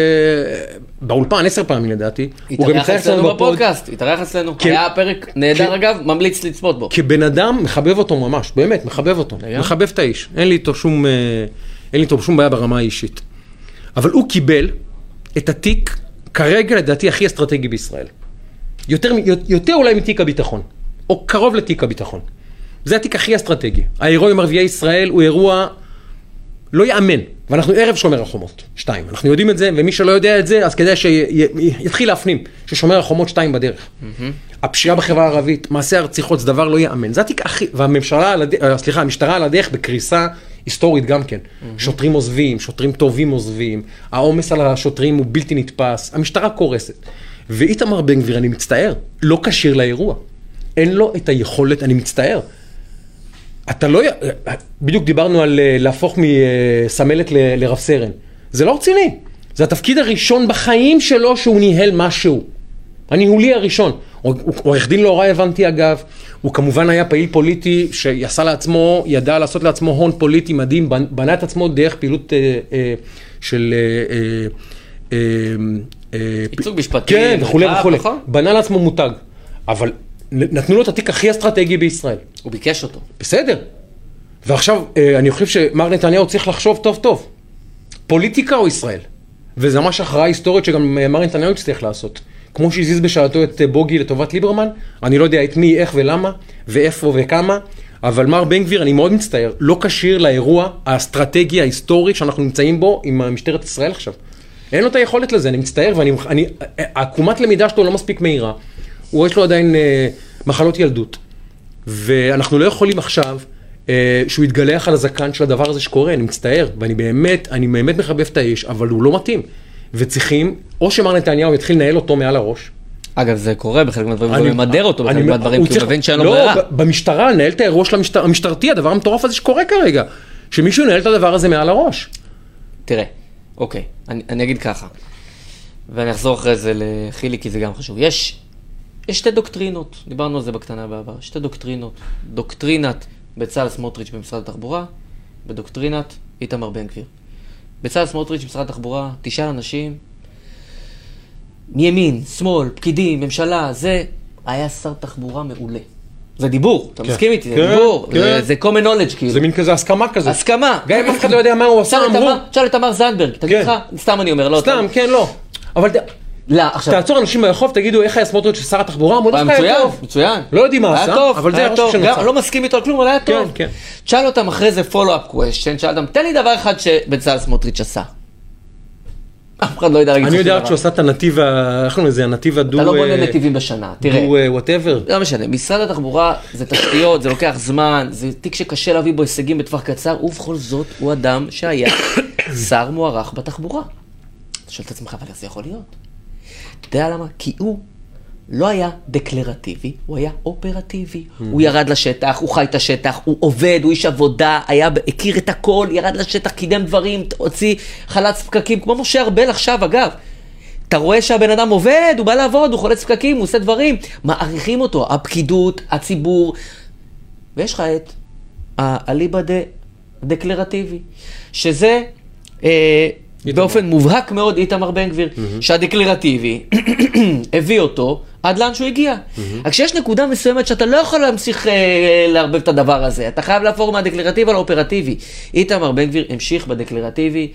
Speaker 3: באולפן עשר פעמים לדעתי.
Speaker 2: התארח אצלנו בפודקאסט, התארח אצלנו. היה פרק נהדר אגב, ממליץ לצפות בו.
Speaker 3: כבן אדם מחבב אותו ממש, באמת, מחבב אותו. מחבב את האיש. אין לי איתו שום, אין לי איתו שום בעיה ברמה האישית. אבל הוא קיבל את התיק כרגע לדעתי הכי אסטרטגי בישראל. יותר, יותר אולי מתיק הביטחון, או קרוב לתיק הביטחון. זה התיק הכי אסטרטגי. האירוע עם ערביי ישראל הוא אירוע לא יאמן. ואנחנו ערב שומר החומות, שתיים. אנחנו יודעים את זה, ומי שלא יודע את זה, אז כדאי שיתחיל להפנים, ששומר החומות שתיים בדרך. Mm-hmm. הפשיעה בחברה הערבית, מעשה הרציחות, זה דבר לא יאמן. זה התיק הכי, והממשלה, סליחה, המשטרה על הדרך בקריסה היסטורית גם כן. Mm-hmm. שוטרים עוזבים, שוטרים טובים עוזבים, העומס על השוטרים הוא בלתי נתפס, המשטרה קורסת. ואיתמר בן גביר, אני מצטער, לא קשיר לאירוע. אין לו את היכולת, אני מצטער. אתה לא, בדיוק דיברנו על להפוך מסמלת ל, לרב סרן. זה לא רציני. זה התפקיד הראשון בחיים שלו שהוא ניהל משהו. הניהולי הראשון. הוא עורך דין לא רע הבנתי אגב. הוא כמובן היה פעיל פוליטי שיעשה לעצמו, ידע לעשות לעצמו הון פוליטי מדהים, בנה את עצמו דרך פעילות אה, אה, של... אה, אה, אה,
Speaker 2: ייצוג משפטי.
Speaker 3: כן, וכולי וכולי. בנה לעצמו מותג. אבל נתנו לו את התיק הכי אסטרטגי בישראל.
Speaker 2: הוא ביקש אותו.
Speaker 3: בסדר. ועכשיו, אני חושב שמר נתניהו צריך לחשוב טוב טוב. פוליטיקה או ישראל? וזה ממש הכרעה היסטורית שגם מר נתניהו צריך לעשות. כמו שהזיז בשעתו את בוגי לטובת ליברמן, אני לא יודע את מי, איך ולמה, ואיפה וכמה, אבל מר בן גביר, אני מאוד מצטער, לא קשיר לאירוע האסטרטגי ההיסטורי שאנחנו נמצאים בו עם משטרת ישראל עכשיו. אין לו את היכולת לזה, אני מצטער, ואני, אני, העקומת למידה שלו לא מספיק מהירה. הוא יש לו עדיין אה, מחלות ילדות. ואנחנו לא יכולים עכשיו אה, שהוא יתגלח על הזקן של הדבר הזה שקורה, אני מצטער, ואני באמת, אני באמת מחבב את האיש, אבל הוא לא מתאים. וצריכים, או שמר נתניהו יתחיל לנהל אותו מעל הראש.
Speaker 2: אגב, זה קורה בחלק מהדברים, הוא ממדר אותו בחלק מהדברים, כי הוא מבין שאין לו ברירה.
Speaker 3: לא, במשטרה, לנהל את האירוע של המשטרתי, הדבר המטורף הזה שקורה כרגע, שמישהו ינהל את הדבר הזה מעל הראש.
Speaker 2: תראה, אוקיי, אני, אני אגיד ככה, ואני אחזור אחרי זה לחילי, כי זה גם חשוב. יש, יש שתי דוקטרינות, דיברנו על זה בקטנה בעבר, שתי דוקטרינות. דוקטרינת בצלאל סמוטריץ' במשרד התחבורה, בדוקטרינת איתמר בן גביר. בצלאל סמוטריץ' במשרד התחבורה, תשאל אנשים, מימין, שמאל, פקידים, ממשלה, זה היה שר תחבורה מעולה. זה דיבור, אתה מסכים איתי, זה דיבור, זה common knowledge כאילו.
Speaker 3: זה מין כזה הסכמה כזה.
Speaker 2: הסכמה.
Speaker 3: גם אם אף אחד לא יודע מה הוא עשה, אמרו.
Speaker 2: תשאל את תמר זנדברג, תגיד לך, סתם אני אומר, לא.
Speaker 3: סתם, כן, לא. אבל תעצור אנשים ברחוב, תגידו איך היה סמוטריץ' של שר התחבורה, אמרו דווקא היה טוב.
Speaker 2: מצוין.
Speaker 3: לא יודעים מה עשה, אבל זה הראש שנוצר.
Speaker 2: לא מסכים איתו על כלום, אבל היה טוב. תשאל אותם אחרי זה follow-up question, תשאל אותם, תן לי דבר אחד שבצלאל סמוטריץ' עשה. אף אחד לא יודע להגיד.
Speaker 3: אני יודע שהוא עשה את הנתיב, איך קוראים לזה, הנתיב הדו...
Speaker 2: אתה לא בונה נתיבים בשנה, תראה.
Speaker 3: דו whatever.
Speaker 2: לא משנה, משרד התחבורה זה תשתיות, זה לוקח זמן, זה תיק שקשה להביא בו הישגים בטווח קצר, ובכל זאת הוא אדם שהיה שר מוערך בתחבורה. אתה שואל את עצמך, אבל איך זה יכול להיות? אתה יודע למה? כי הוא לא היה דקלרטיבי, הוא היה אופרטיבי. הוא ירד לשטח, הוא חי את השטח, הוא עובד, הוא איש עבודה, היה, הכיר את הכל, ירד לשטח, קידם דברים, הוציא חלץ פקקים, כמו משה ארבל עכשיו, אגב. אתה רואה שהבן אדם עובד, הוא בא לעבוד, הוא חולץ פקקים, הוא עושה דברים, מעריכים אותו, הפקידות, הציבור. ויש לך את האליבא דקלרטיבי, שזה... אה, באופן מובהק מאוד איתמר בן גביר, שהדקלרטיבי הביא אותו עד לאן שהוא הגיע. רק שיש נקודה מסוימת שאתה לא יכול להמשיך להרבב את הדבר הזה, אתה חייב להפוך מהדקלרטיבי לאופרטיבי. איתמר בן גביר המשיך בדקלרטיבי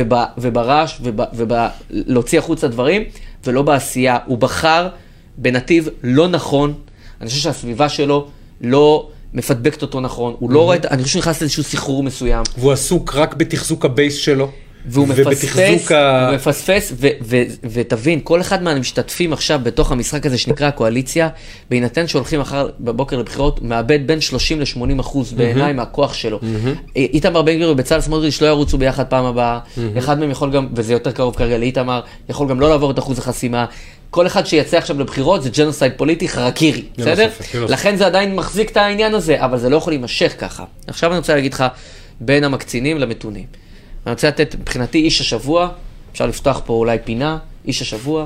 Speaker 2: וברש ולהוציא החוץ הדברים, ולא בעשייה. הוא בחר בנתיב לא נכון, אני חושב שהסביבה שלו לא מפדבקת אותו נכון, הוא לא רואה, אני חושב שהוא נכנס לאיזשהו סחרור מסוים.
Speaker 3: והוא עסוק רק בתחזוק הבייס שלו.
Speaker 2: והוא מפספס, הוא מפספס, ותבין, כל אחד מהמשתתפים עכשיו בתוך המשחק הזה שנקרא הקואליציה, בהינתן שהולכים אחר בבוקר לבחירות, מאבד בין שלושים ל-שמונים אחוז בעיניי מהכוח שלו. איתמר בן גביר ובצלאל סמוטריץ' לא ירוצו ביחד פעם הבאה, אחד מהם יכול גם, וזה יותר קרוב כרגע לאיתמר, יכול גם לא לעבור את אחוז החסימה. כל אחד שיצא עכשיו לבחירות זה ג'נוסייד פוליטי חרקירי, בסדר? לכן זה עדיין מחזיק את העניין הזה, אבל זה לא יכול להימשך ככה. עכשיו אני רוצה להגיד לך, בין המקצינים למתונים. אני רוצה לתת, מבחינתי, איש השבוע, אפשר לפתוח פה אולי פינה, איש השבוע,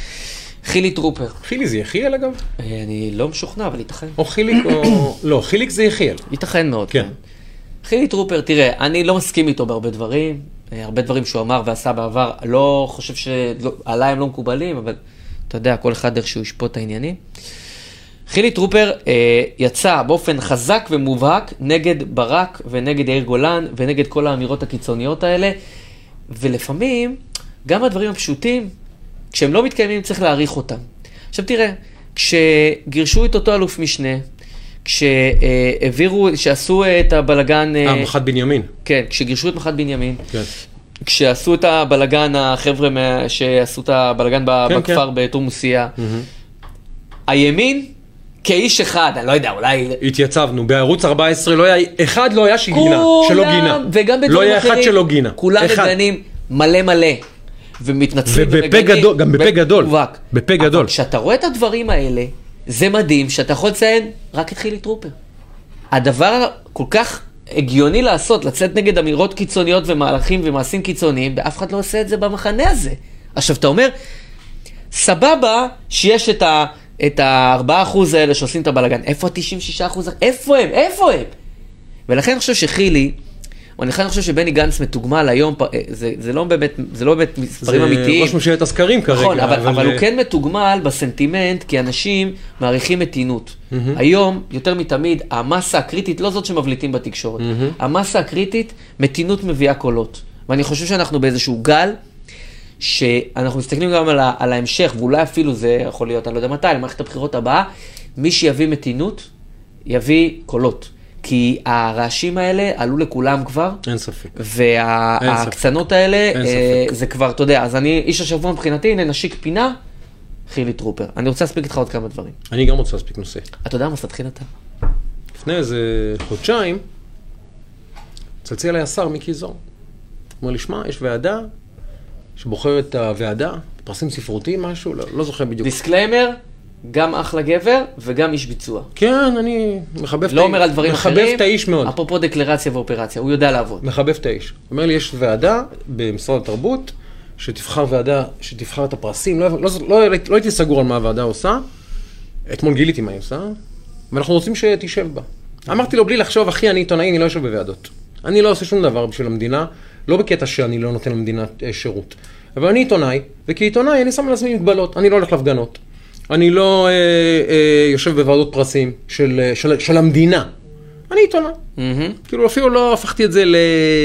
Speaker 2: חילי טרופר.
Speaker 3: חילי זה יחיאל אגב?
Speaker 2: אני לא משוכנע, אבל ייתכן.
Speaker 3: או חיליק או... לא, חיליק זה יחיאל.
Speaker 2: ייתכן מאוד, כן. חילי טרופר, תראה, אני לא מסכים איתו בהרבה דברים, הרבה דברים שהוא אמר ועשה בעבר, לא חושב שעליי הם לא מקובלים, אבל אתה יודע, כל אחד איך שהוא ישפוט את העניינים. חילי טרופר אה, יצא באופן חזק ומובהק נגד ברק ונגד יאיר גולן ונגד כל האמירות הקיצוניות האלה, ולפעמים גם הדברים הפשוטים, כשהם לא מתקיימים צריך להעריך אותם. עכשיו תראה, כשגירשו את אותו אלוף משנה, כשהעבירו, שעשו את הבלגן...
Speaker 3: אה, מח"ט בנימין.
Speaker 2: כן, כשגירשו את מח"ט בנימין.
Speaker 3: כן.
Speaker 2: כשעשו את הבלגן, החבר'ה שעשו את הבלגן בכפר בתורמוסיה, הימין, כאיש אחד, אני לא יודע, אולי...
Speaker 3: התייצבנו, בערוץ ארבע עשרה לא היה, אחד לא היה שגינה, שלא גינה.
Speaker 2: וגם
Speaker 3: לא היה אחד שלא גינה.
Speaker 2: כולם מגנים מלא מלא, ומתנצלים
Speaker 3: ובפה גדול, גם בפה גדול, בפה גדול.
Speaker 2: אבל כשאתה רואה את הדברים האלה, זה מדהים, שאתה יכול לציין רק את חילי טרופר. הדבר כל כך הגיוני לעשות, לצאת נגד אמירות קיצוניות ומהלכים ומעשים קיצוניים, ואף אחד לא עושה את זה במחנה הזה. עכשיו, אתה אומר, סבבה שיש את ה... את ה-ארבעה אחוז האלה שעושים את הבלגן. איפה ה-תשעים ושישה אחוז? איפה הם? איפה הם? ולכן אני חושב שחילי, או לכן אני חושב שבני גנץ מתוגמל היום, זה, זה לא באמת, זה לא באמת מספרים אמיתיים.
Speaker 3: זה ראש ממשלת הסקרים כרגע.
Speaker 2: נכון, אבל, אבל... אבל הוא כן מתוגמל בסנטימנט, כי אנשים מעריכים מתינות. Mm-hmm. היום, יותר מתמיד, המסה הקריטית, לא זאת שמבליטים בתקשורת, mm-hmm. המסה הקריטית, מתינות מביאה קולות. ואני חושב שאנחנו באיזשהו גל, שאנחנו מסתכלים גם על, ה, על ההמשך, ואולי אפילו זה יכול להיות, אני לא יודע מתי, למערכת הבחירות הבאה, מי שיביא מתינות, יביא קולות. כי הרעשים האלה עלו לכולם כבר.
Speaker 3: אין ספק.
Speaker 2: וההקצנות האלה, אה, זה כבר, אתה יודע, אז אני, איש השבוע מבחינתי, הנה נשיק פינה, חילי טרופר. אני רוצה להספיק איתך עוד כמה דברים.
Speaker 3: אני גם רוצה להספיק נושא.
Speaker 2: אתה יודע מה, תתחיל אתה.
Speaker 3: לפני איזה חודשיים, צלצל אליי השר מיקי זוהר. אומר לי, שמע, יש ועדה, שבוחר את הוועדה, פרסים ספרותי, משהו, לא, לא זוכר בדיוק.
Speaker 2: דיסקליימר, גם אחלה גבר וגם איש ביצוע.
Speaker 3: כן, אני מחבב
Speaker 2: לא אומר על דברים אחרים.
Speaker 3: מחבב את האיש מאוד.
Speaker 2: אפרופו דקלרציה ואופרציה, הוא יודע לעבוד.
Speaker 3: מחבב את האיש. אומר לי, יש ועדה במשרד התרבות, שתבחר ועדה, שתבחר את הפרסים, לא, לא, לא, לא הייתי סגור על מה הוועדה עושה, אתמול גיליתי מה היא עושה, ואנחנו רוצים שתשב בה. אמרתי לו, בלי לחשוב, אחי, אני עיתונאי, אני לא יושב בוועדות. אני לא עושה שום דבר בשביל המדינה, לא בקטע שאני לא נותן למדינה שירות. אבל אני עיתונאי, וכעיתונאי אני שם על עצמי מגבלות. אני לא הולך להפגנות. אני לא אה, אה, יושב בוועדות פרסים של, של, של המדינה. אני עיתונאי. Mm-hmm. כאילו אפילו לא הפכתי את זה ל,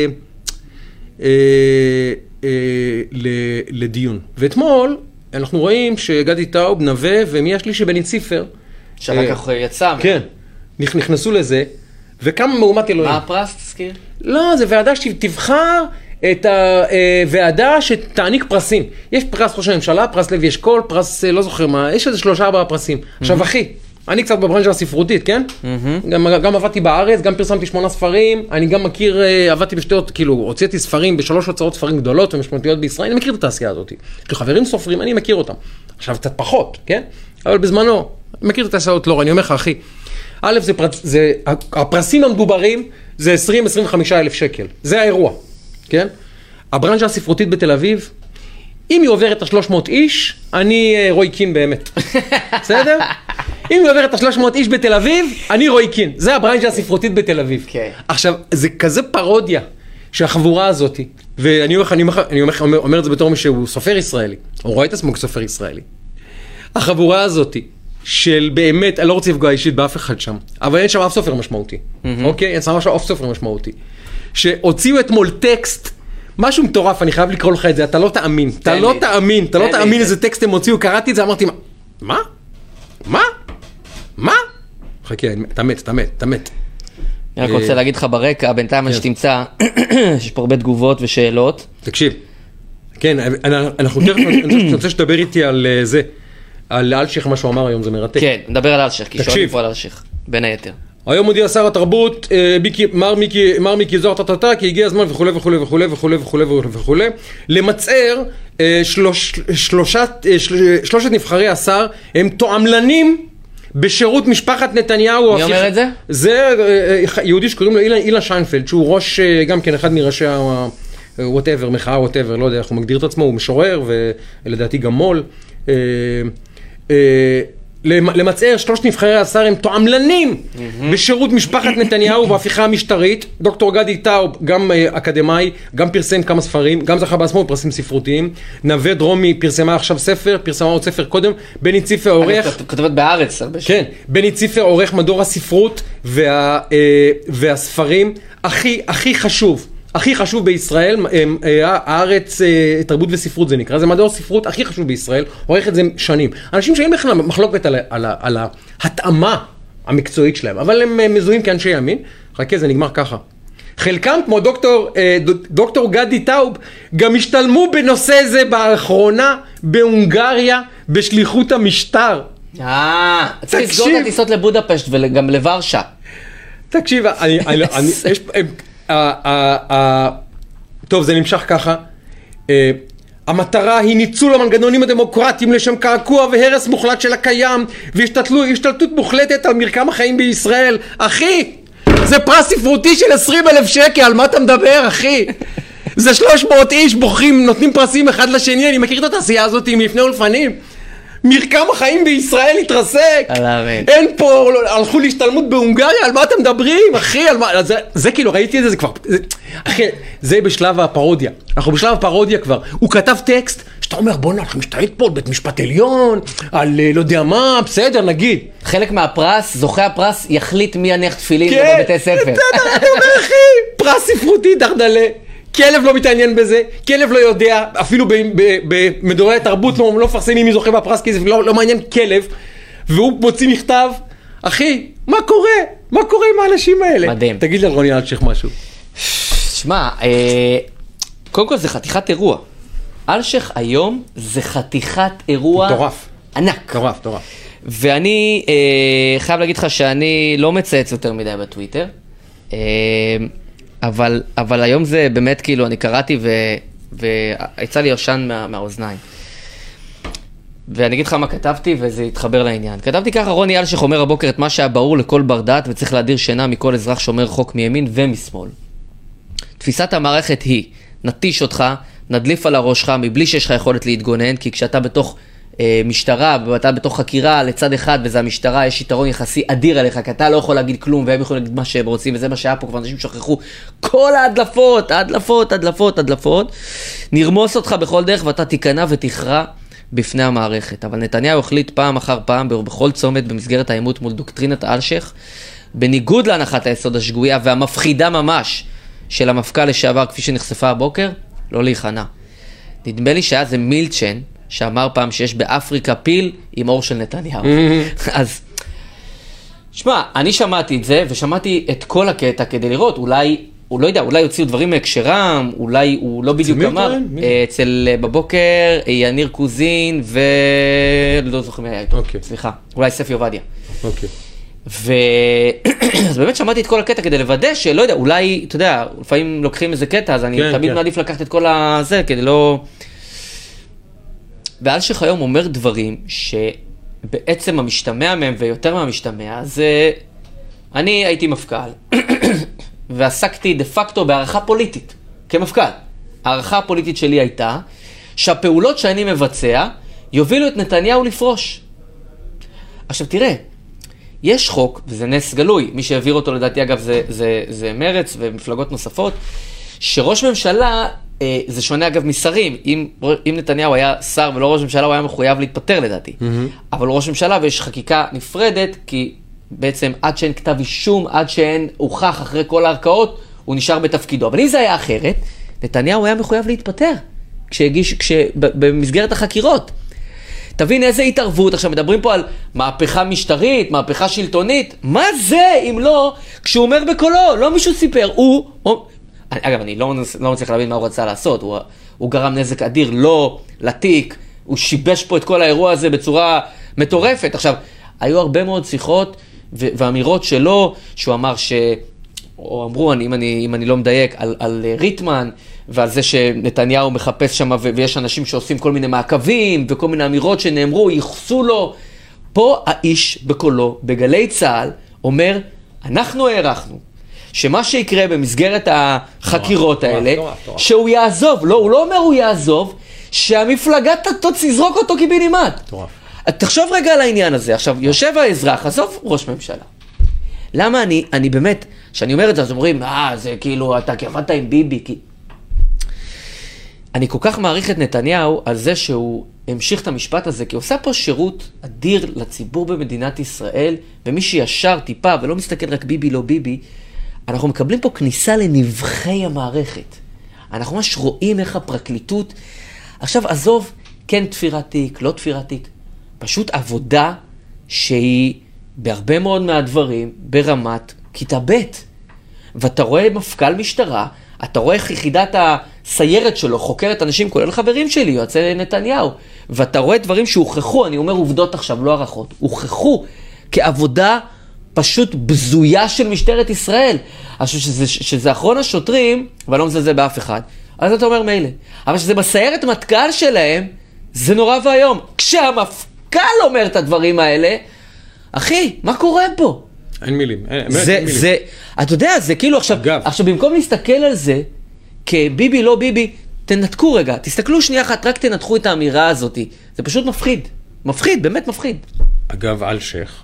Speaker 3: אה, אה, ל, לדיון. ואתמול אנחנו רואים שגדי טאוב, נווה, ומי השלישי בני ציפר.
Speaker 2: שאחר כך יצא.
Speaker 3: כן. נכנסו לזה. וכמה מהומת אלוהים.
Speaker 2: מה הפרס, תזכיר?
Speaker 3: לא, זה ועדה שתבחר את הוועדה שתעניק פרסים. יש פרס ראש הממשלה, פרס לוי אשכול, פרס לא זוכר מה, יש איזה שלושה ארבעה פרסים. עכשיו אחי, אני קצת בברנז'ה הספרותית, כן? גם, גם עבדתי בארץ, גם פרסמתי שמונה ספרים, אני גם מכיר, עבדתי בשתיות, כאילו, הוצאתי ספרים בשלוש הוצאות ספרים גדולות ומשמעותיות בישראל, אני מכיר את התעשייה הזאת. יש לי חברים סופרים, אני מכיר אותם. עכשיו קצת פחות, כן? אבל בזמנו, אני מכיר את התעשייה הזאת, לא, אני אומר לך, אחי, א', זה, פרס, זה, הפרסים המדוברים זה עשרים עד עשרים וחמישה אלף שקל. זה האירוע, כן? הברנז'ה הספרותית בתל אביב, אם היא עוברת את ה-שלוש מאות איש, אני רוי קין באמת. בסדר? אם היא עוברת את ה-שלוש מאות איש בתל אביב, אני רוי קין. זה הברנז'ה הספרותית בתל אביב.
Speaker 2: Okay.
Speaker 3: עכשיו, זה כזה פרודיה שהחבורה הזאת, ואני אומר, אני אומר, אני אומר, אומר, אומר את זה בתור מי שהוא סופר ישראלי, הוא רואה את עצמו כסופר ישראלי. החבורה הזאת, של באמת, אני לא רוצה לפגוע אישית באף אחד שם, אבל אין שם אף סופר משמעותי, אוקיי? אין שם אף סופר משמעותי. שהוציאו אתמול טקסט, משהו מטורף, אני חייב לקרוא לך את זה, אתה לא תאמין, אתה לא תאמין, אתה לא תאמין איזה טקסט הם הוציאו, קראתי את זה, אמרתי, מה? מה? מה? חכה, תמת, תמת, תמת.
Speaker 2: אני רק רוצה להגיד לך ברקע, בינתיים אני שתמצא, יש פה הרבה תגובות ושאלות.
Speaker 3: תקשיב, כן, אנחנו תכף, אני רוצה שתדבר איתי על זה. על אלשיך, מה שהוא אמר היום, זה מרתק.
Speaker 2: כן, נדבר על אלשיך, כי שואלים פה על אלשיך, בין היתר.
Speaker 3: היום מודיע שר התרבות, מר מיקי, מר מיקי זוהר טטטה, כי הגיע הזמן וכו' וכו' וכו' וכו' וכו' וכו' למצער שלושת נבחרי השר, הם תועמלנים בשירות משפחת נתניהו.
Speaker 2: מי אומר את זה?
Speaker 3: זה יהודי שקוראים לו אילן שיינפלד, שהוא ראש, גם כן אחד מראשי ה... whatever, מחאה, whatever, לא יודע איך הוא מגדיר את עצמו, הוא משורר, ולדעתי גם מול. למצער שלושת נבחרי השר הם תועמלנים בשירות משפחת נתניהו בהפיכה המשטרית. דוקטור גדי טאוב, גם אקדמאי, גם פרסם כמה ספרים, גם זכה בעצמו בפרסים ספרותיים. נווה דרומי פרסמה עכשיו ספר, פרסמה עוד ספר קודם. בני ציפר עורך...
Speaker 2: כתבת בארץ הרבה שנים.
Speaker 3: כן, בני ציפר עורך מדור הספרות והספרים הכי, הכי חשוב. הכי חשוב בישראל, הארץ תרבות וספרות זה נקרא, זה מדור ספרות הכי חשוב בישראל, עורך את זה שנים. אנשים שאין בכלל מחלוקת על, על, על ההתאמה המקצועית שלהם, אבל הם מזוהים כאנשי ימין. חכה, זה נגמר ככה. חלקם, כמו דוקטור, דוקטור גדי טאוב, גם השתלמו בנושא זה באחרונה בהונגריה, בשליחות המשטר.
Speaker 2: אה, צריך לסגור את הטיסות לבודפשט וגם לוורשה.
Speaker 3: תקשיב, אני, אני, אני, יש, טוב, זה נמשך ככה. המטרה היא ניצול המנגנונים הדמוקרטיים לשם קעקוע והרס מוחלט של הקיים, והשתלטות מוחלטת על מרקם החיים בישראל. אחי, זה פרס ספרותי של עשרים אלף שקל, על מה אתה מדבר, אחי? זה שלוש מאות איש בוחרים, נותנים פרסים אחד לשני, אני מכיר את התעשייה הזאת מלפני ולפנים. מרקם החיים בישראל התרסק. אין פה, הלכו להשתלמות בהונגריה, על מה אתם מדברים, אחי? על מה, זה, זה כאילו, ראיתי את זה, זה כבר, זה, אחי, זה בשלב הפרודיה. אנחנו בשלב הפרודיה כבר. הוא כתב טקסט, שאתה אומר, בוא נלך, משתלט פה על בית משפט עליון, על לא יודע מה, בסדר, נגיד.
Speaker 2: חלק מהפרס, זוכה הפרס, יחליט מי יניח תפילין בבתי ספר.
Speaker 3: בסדר, אתה אומר, אחי, פרס ספרותי דרדלה. כלב לא מתעניין בזה, כלב לא יודע, אפילו במדורי התרבות לא, לא פרסמים מי זוכה בפרס, כי זה לא, לא מעניין כלב, והוא מוציא מכתב, אחי, מה קורה? מה קורה עם האנשים האלה?
Speaker 2: מדהים.
Speaker 3: תגיד לי על רוני אלשיך משהו.
Speaker 2: שמע, אה, קודם כל זה חתיכת אירוע. אלשיך היום זה חתיכת אירוע
Speaker 3: מטורף.
Speaker 2: ענק.
Speaker 3: מטורף, מטורף.
Speaker 2: ואני אה, חייב להגיד לך שאני לא מצייץ יותר מדי בטוויטר, אה, אבל, אבל היום זה באמת כאילו, אני קראתי ו, ויצא לי יושן מה, מהאוזניים. ואני אגיד לך מה כתבתי וזה התחבר לעניין. כתבתי ככה, רוני אלשיך אומר הבוקר את מה שהיה ברור לכל בר דעת וצריך להדיר שינה מכל אזרח שומר חוק מימין ומשמאל. תפיסת המערכת היא, נטיש אותך, נדליף על הראשך מבלי שיש לך יכולת להתגונן, כי כשאתה בתוך אה, משטרה ואתה בתוך חקירה לצד אחד וזה המשטרה, יש יתרון יחסי אדיר עליך, כי אתה לא יכול להגיד כלום והם יכולים להגיד מה שהם רוצים, וזה מה שהיה פה, כבר אנשים שכחו כל ההדלפות, הדלפות, הדלפות, הדלפות, נרמוס אותך בכל דרך ואתה תיכנע ותכרע בפני המערכת. אבל נתניהו החליט פעם אחר פעם בכל צומת במסגרת העימות מול דוקטרינת אלשיך, בניגוד להנחת היסוד השגויה והמפחידה ממש של המפכ"ל לשעבר כפי שנחשפה הבוקר, לא להיכנע. נדמה לי שהיה זה מילצ'ן שאמר פעם שיש באפריקה פיל עם אור של נתניהו. אז, שמע, אני שמעתי את זה ושמעתי את כל הקטע כדי לראות, אולי, הוא לא יודע, אולי הוציאו דברים מהקשרם, אולי הוא לא בדיוק אמר, אצל בבוקר יניר קוזין ו... לא זוכר מי היה איתו, סליחה, אולי ספי עובדיה.
Speaker 3: אוקיי.
Speaker 2: ו... אז באמת שמעתי את כל הקטע כדי לוודא שלא יודע, אולי, אתה יודע, לפעמים לוקחים איזה קטע, אז אני כן, תמיד כן. מעדיף לקחת את כל הזה, כדי לא... ואלשיך היום אומר דברים שבעצם המשתמע מהם ויותר מהמשתמע, זה... אני הייתי מפכ"ל, ועסקתי דה פקטו בערכה פוליטית, כמפכ"ל. הערכה הפוליטית שלי הייתה שהפעולות שאני מבצע יובילו את נתניהו לפרוש. עכשיו תראה, יש חוק, וזה נס גלוי, מי שהעביר אותו לדעתי אגב זה, זה, זה מרץ ומפלגות נוספות, שראש ממשלה, אה, זה שונה אגב משרים, אם, אם נתניהו היה שר ולא ראש ממשלה, הוא היה מחויב להתפטר לדעתי. Mm-hmm. אבל ראש ממשלה ויש חקיקה נפרדת, כי בעצם עד שאין כתב אישום, עד שאין הוכח אחרי כל הערכאות, הוא נשאר בתפקידו. אבל אם זה היה אחרת, נתניהו היה מחויב להתפטר, כשהגיש, כש, במסגרת החקירות. תבין איזה התערבות, עכשיו מדברים פה על מהפכה משטרית, מהפכה שלטונית, מה זה אם לא, כשהוא אומר בקולו, לא מישהו סיפר, הוא, הוא אגב, אני לא, לא מצליח להבין מה הוא רצה לעשות, הוא, הוא גרם נזק אדיר, לא לתיק, הוא שיבש פה את כל האירוע הזה בצורה מטורפת. עכשיו, היו הרבה מאוד שיחות ו- ואמירות שלו, שהוא אמר ש... או אמרו, אני, אם, אני, אם אני לא מדייק, על, על ריטמן, ועל זה שנתניהו מחפש שם, ו- ויש אנשים שעושים כל מיני מעקבים, וכל מיני אמירות שנאמרו, ייחסו לו. פה האיש בקולו, בגלי צהל, אומר, אנחנו הערכנו, שמה שיקרה במסגרת החקירות האלה, שהוא יעזוב, לא, הוא לא אומר הוא יעזוב, שהמפלגה תזרוק אותו קיבינימט. תחשוב רגע על העניין הזה. עכשיו, יושב האזרח, עזוב ראש ממשלה. למה אני, אני באמת, שאני אומר את זה, אז אומרים, אה, זה כאילו, אתה כעבדת עם ביבי, כי... אני כל כך מעריך את נתניהו על זה שהוא המשיך את המשפט הזה, כי הוא עושה פה שירות אדיר לציבור במדינת ישראל, ומי שישר טיפה, ולא מסתכל רק ביבי לא ביבי, אנחנו מקבלים פה כניסה לנבחי המערכת. אנחנו ממש רואים איך הפרקליטות, עכשיו עזוב, כן תפירת תיק, לא תפירת תיק, פשוט עבודה שהיא בהרבה מאוד מהדברים ברמת כיתה ב', ואתה רואה מפכ"ל משטרה, אתה רואה איך יחידת הסיירת שלו חוקרת אנשים, כולל חברים שלי, יועצי נתניהו, ואתה רואה דברים שהוכחו, אני אומר עובדות עכשיו, לא הערכות, הוכחו כעבודה פשוט בזויה של משטרת ישראל. אני חושב שזה, שזה אחרון השוטרים, אבל לא מזלזל באף אחד, אז אתה אומר מילא. אבל שזה בסיירת מטכ"ל שלהם, זה נורא והיום. כשהמפכ"ל אומר את הדברים האלה, אחי, מה קורה פה?
Speaker 3: אין מילים.
Speaker 2: זה, אין מילים. זה, אתה יודע, זה כאילו עכשיו, עכשיו במקום להסתכל על זה, כביבי לא ביבי, תנתקו רגע, תסתכלו שנייה אחת, רק תנתחו את האמירה הזאת. זה פשוט מפחיד. מפחיד, באמת מפחיד.
Speaker 3: אגב, אלשיך.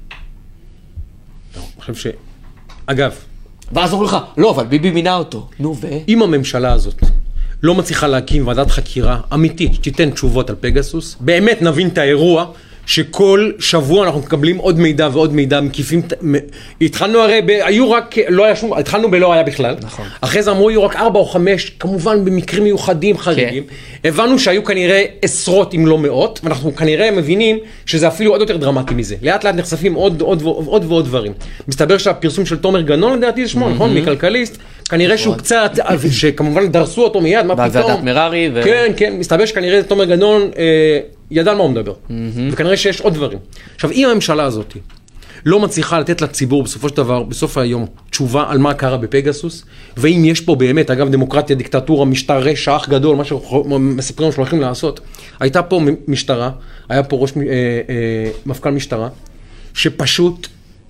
Speaker 3: אני חושב ש... אגב.
Speaker 2: ואז אומרים לך, לא, אבל ביבי מינה אותו. נו, ו...
Speaker 3: אם הממשלה הזאת לא מצליחה להקים ועדת חקירה אמיתית, שתיתן תשובות על פגסוס, באמת נבין את האירוע, שכל שבוע אנחנו מקבלים עוד מידע ועוד מידע מקיפים, התחלנו הרי, ב, היו רק, לא היה שום, התחלנו בלא היה בכלל,
Speaker 2: נכון.
Speaker 3: אחרי זה אמרו יהיו רק ארבע או חמש, כמובן במקרים מיוחדים חריגים, כן. הבנו שהיו כנראה עשרות אם לא מאות, ואנחנו כנראה מבינים שזה אפילו עוד יותר דרמטי מזה, לאט לאט נחשפים עוד, עוד, עוד, עוד ועוד דברים. מסתבר שהפרסום של תומר גנון לדעתי זה שמו, נכון? מכלכליסט, כנראה שהוא קצת, שכמובן דרסו אותו מיד, מה פתאום?
Speaker 2: ועדת מררי ו...
Speaker 3: כן, כן, מסתבר שכנראה תומר גנון אה, ידע על מה הוא מדבר. וכנראה שיש עוד דברים. עכשיו, אם הממשלה הזאת לא מצליחה לתת לציבור בסופו של דבר, בסוף היום, תשובה על מה קרה בפגסוס, ואם יש פה באמת, אגב, דמוקרטיה, דיקטטורה, משטר רשע, אח גדול, מה שמספרים שהולכים לעשות, הייתה פה משטרה, היה פה ראש, אה, אה, מפכ"ל משטרה, שפשוט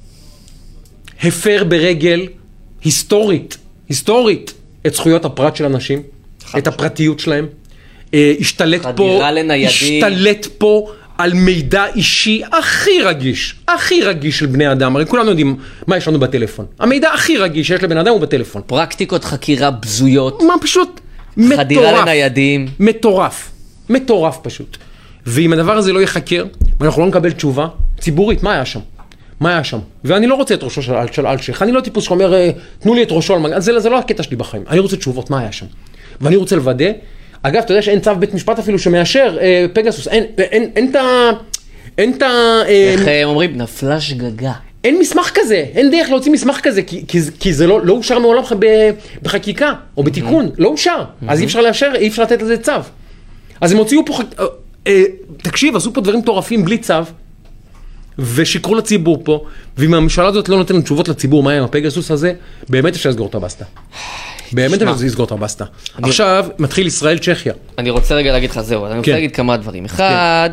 Speaker 3: הפר ברגל היסטורית, היסטורית, את זכויות הפרט של אנשים, את הפרטיות שלהם, השתלט פה, השתלט פה על מידע אישי הכי רגיש, הכי רגיש של בני אדם. הרי כולנו יודעים מה יש לנו בטלפון. המידע הכי רגיש שיש לבן אדם הוא בטלפון.
Speaker 2: פרקטיקות חקירה בזויות.
Speaker 3: מה פשוט מטורף.
Speaker 2: חדירה לניידים.
Speaker 3: מטורף. מטורף פשוט. ואם הדבר הזה לא יחקר, ואנחנו לא נקבל תשובה ציבורית, מה היה שם? מה היה שם? ואני לא רוצה את ראשו של, של אלשיך. אני לא טיפוס שאומר, תנו לי את ראשו על מגן. זה, זה לא הקטע שלי בחיים. אני רוצה תשובות, מה היה שם? ואני רוצה לוודא. אגב, אתה יודע שאין צו בית משפט אפילו שמאשר אה, פגסוס, אין, אין, אין את ה... אין את ה...
Speaker 2: איך אה, אומרים? נפלה שגגה.
Speaker 3: אין מסמך כזה, אין דרך להוציא מסמך כזה, כי, כי, כי זה לא, לא אושר מעולם בחקיקה, או בתיקון, mm-hmm. לא אושר. Mm-hmm. אז אי אפשר לאשר, אי אפשר לתת לזה צו. אז הם הוציאו פה... אה, אה, תקשיב, עשו פה דברים טורפים בלי צו, ושיקרו לציבור פה, ואם הממשלה הזאת לא נותנת תשובות לציבור מה עם הפגסוס הזה, באמת אפשר לסגור את הבסטה. באמת אפשר לסגור את הבסטה. עכשיו מתחיל ישראל צ'כיה.
Speaker 2: אני רוצה רגע להגיד לך זהו, אני רוצה להגיד כמה דברים. אחד,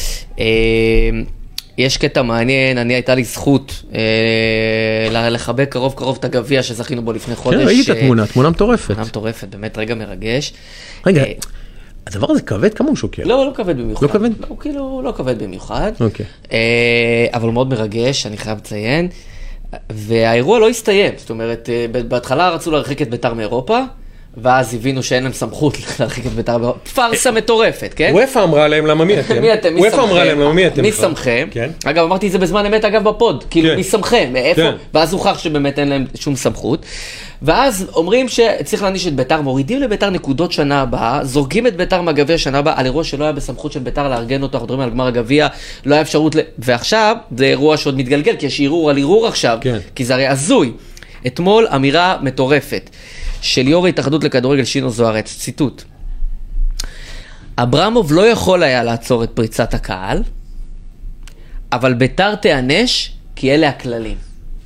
Speaker 2: יש קטע מעניין, אני הייתה לי זכות לחבק קרוב קרוב את הגביע שזכינו בו לפני חודש.
Speaker 3: כן, ראית תמונה, תמונה מטורפת.
Speaker 2: תמונה מטורפת, באמת רגע מרגש.
Speaker 3: רגע, הדבר הזה כבד? כמה הוא שוקל?
Speaker 2: לא, לא כבד במיוחד.
Speaker 3: לא כבד?
Speaker 2: הוא כאילו לא כבד במיוחד.
Speaker 3: אוקיי.
Speaker 2: אבל הוא מאוד מרגש, אני חייב לציין. והאירוע לא הסתיים, זאת אומרת, בהתחלה רצו להרחיק את בית"ר מאירופה, ואז הבינו שאין להם סמכות להרחיק את בית"ר מאירופה. פארסה מטורפת, כן?
Speaker 3: וופא אמרה להם למה מי אתם?
Speaker 2: מי אתם?
Speaker 3: וופא אמרה להם למה מי אתם?
Speaker 2: מי שמכם? אגב, אמרתי את זה בזמן אמת, אגב, בפוד, כאילו, מי שמכם? מאיפה? ואז הוכח שבאמת אין להם שום סמכות. ואז אומרים שצריך להעניש את בית"ר, מורידים לבית"ר נקודות שנה הבאה, זורקים את בית"ר מהגביע שנה הבאה, על אירוע שלא היה בסמכות של בית"ר לארגן אותו, אנחנו מדברים על גמר הגביע, לא היה אפשרות, ועכשיו זה אירוע שעוד מתגלגל, כי יש ערעור על ערעור עכשיו,
Speaker 3: כן.
Speaker 2: כי זה הרי הזוי. אתמול אמירה מטורפת של יו"ר ההתאחדות לכדורגל שינו זוארץ, ציטוט: אברמוב לא יכול היה לעצור את פריצת הקהל, אבל בית"ר תיענש כי אלה הכללים.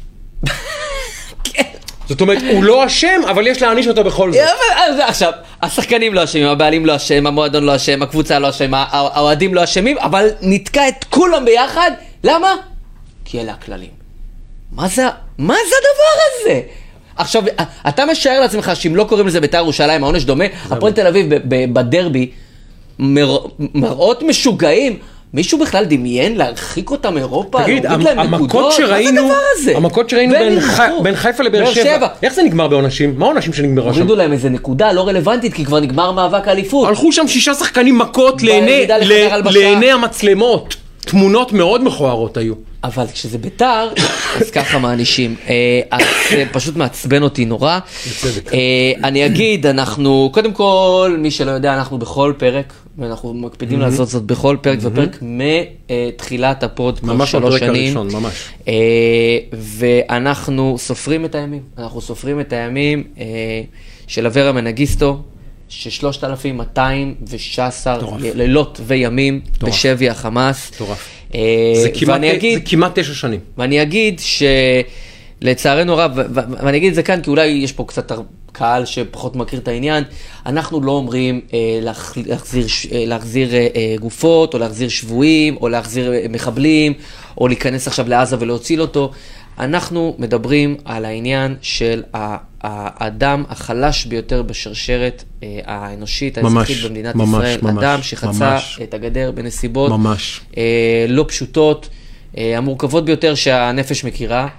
Speaker 3: זאת אומרת, הוא לא אשם, אבל יש להעניש אותו בכל זאת.
Speaker 2: עכשיו, השחקנים לא אשמים, הבעלים לא אשם, המועדון לא אשם, הקבוצה לא אשם, האוהדים לא אשמים, אבל נתקע את כולם ביחד. למה? כי אלה הכללים. מה זה, מה זה הדבר הזה? עכשיו, אתה משער לעצמך שאם לא קוראים לזה בית"ר ירושלים, העונש דומה, הפועל תל אביב בדרבי, מראות משוגעים, מישהו בכלל דמיין להרחיק אותם מאירופה?
Speaker 3: תגיד, המכות שראינו, המכות שראינו בין חיפה לבאר שבע, איך זה נגמר בעונשים? מה העונשים שנגמרו שם?
Speaker 2: הורידו להם איזה נקודה לא רלוונטית, כי כבר נגמר מאבק האליפות.
Speaker 3: הלכו שם שישה שחקנים מכות לעיני המצלמות. תמונות מאוד מכוערות היו.
Speaker 2: אבל כשזה בית"ר, אז ככה מענישים. אז זה פשוט מעצבן אותי נורא. אני אגיד, אנחנו, קודם כל, מי שלא יודע, אנחנו בכל פרק, ואנחנו מקפידים לעשות זאת בכל פרק ופרק מתחילת הפוד, כבר שלוש שנים. ממש
Speaker 3: ראשון, ממש.
Speaker 2: ואנחנו סופרים את הימים, אנחנו סופרים את הימים של אברה מנגיסטו, ש-שלושת אלפים מאתיים ושש עשרה לילות וימים בשבי החמאס.
Speaker 3: טורף. זה כמעט תשע שנים.
Speaker 2: ואני אגיד שלצערנו רב, ואני אגיד את זה כאן, כי אולי יש פה קצת קהל שפחות מכיר את העניין, אנחנו לא אומרים להחזיר, להחזיר גופות, או להחזיר שבויים, או להחזיר מחבלים, או להיכנס עכשיו לעזה ולהוציא אותו. אנחנו מדברים על העניין של האדם החלש ביותר בשרשרת האנושית, האזרחית במדינת ישראל, אדם שחצה את הגדר בנסיבות לא פשוטות, המורכבות ביותר שהנפש מכירה,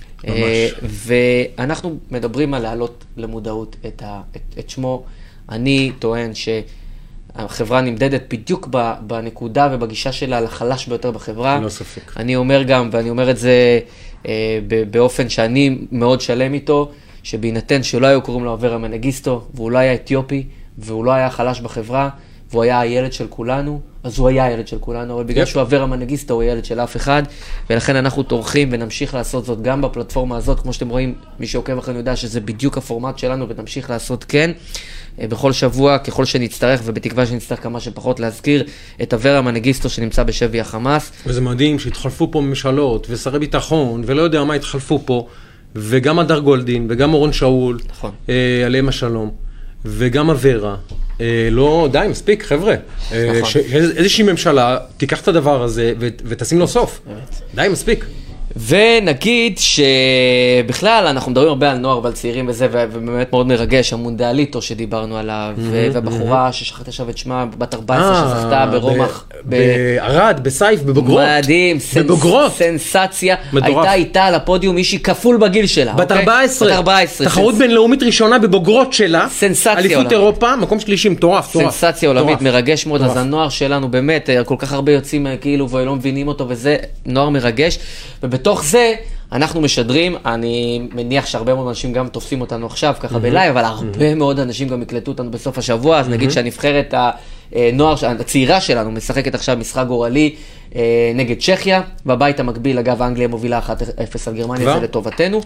Speaker 2: ואנחנו מדברים על להעלות למודעות את שמו. אני טוען שהחברה נמדדת בדיוק בנקודה ובגישה שלה לחלש ביותר בחברה.
Speaker 3: לא ספק.
Speaker 2: אני אומר גם, ואני אומר את זה באופן שאני מאוד שלם איתו, שבהינתן שלא היו קוראים לו אברה מנגיסטו, והוא לא היה אתיופי, והוא לא היה חלש בחברה, והוא היה הילד של כולנו, אז הוא היה הילד של כולנו, אבל בגלל שהוא אברה מנגיסטו, הוא הילד של אף אחד, ולכן אנחנו תורכים ונמשיך לעשות זאת גם בפלטפורמה הזאת, כמו שאתם רואים, מי שעוקב אחרינו יודע שזה בדיוק הפורמט שלנו, ונמשיך לעשות כן, בכל שבוע, ככל שנצטרך, ובתקווה שנצטרך כמה שפחות להזכיר את אברה מנגיסטו שנמצא בשבי החמאס.
Speaker 3: וזה מדהים שהתחלפו פה ממשלות, ושרי ביטחון, ולא יודע מה התחלפו פה, וגם הדר גולדין, וגם אורון שאול,
Speaker 2: נכון.
Speaker 3: אה, עליהם השלום, וגם אברה. אה, לא, די, מספיק, חבר'ה. אה, נכון. שאיזושהי ממשלה תיקח את הדבר הזה ו- ותשים לו סוף. באמת. די, מספיק.
Speaker 2: ונגיד שבכלל אנחנו מדברים הרבה על נוער ועל צעירים וזה, ובאמת מאוד מרגש, המונדיאליטו שדיברנו עליו, ובחורה ששכחת עכשיו את שמה, בת ארבע עשרה שזכתה ברומח.
Speaker 3: בערד, בסייף, בבוגרות.
Speaker 2: מדהים, סנסציה. הייתה איתה על הפודיום מישהי כפול בגיל שלה.
Speaker 3: בת ארבע עשרה. תחרות בינלאומית ראשונה בבוגרות שלה.
Speaker 2: סנסציה עולמית.
Speaker 3: אליפות אירופה, מקום שלישי, מטורף.
Speaker 2: סנסציה עולמית, מרגש מאוד. אז הנוער שלנו באמת, כל כך הרבה יוצאים כאילו ולא מבינים אותו, וזה נוער מרגש. ובתוך זה אנחנו משדרים, אני מניח שהרבה מאוד אנשים גם תופסים אותנו עכשיו ככה בלייב, אבל הרבה מאוד אנשים גם יקלטו אותנו בסוף השבוע, אז נגיד שהנבחרת הנוער, הצעירה שלנו משחקת עכשיו משחק גורלי נגד צ'כיה, בבית המקביל, אגב, אנגליה מובילה אחת אפס על גרמניה, זה לטובתנו.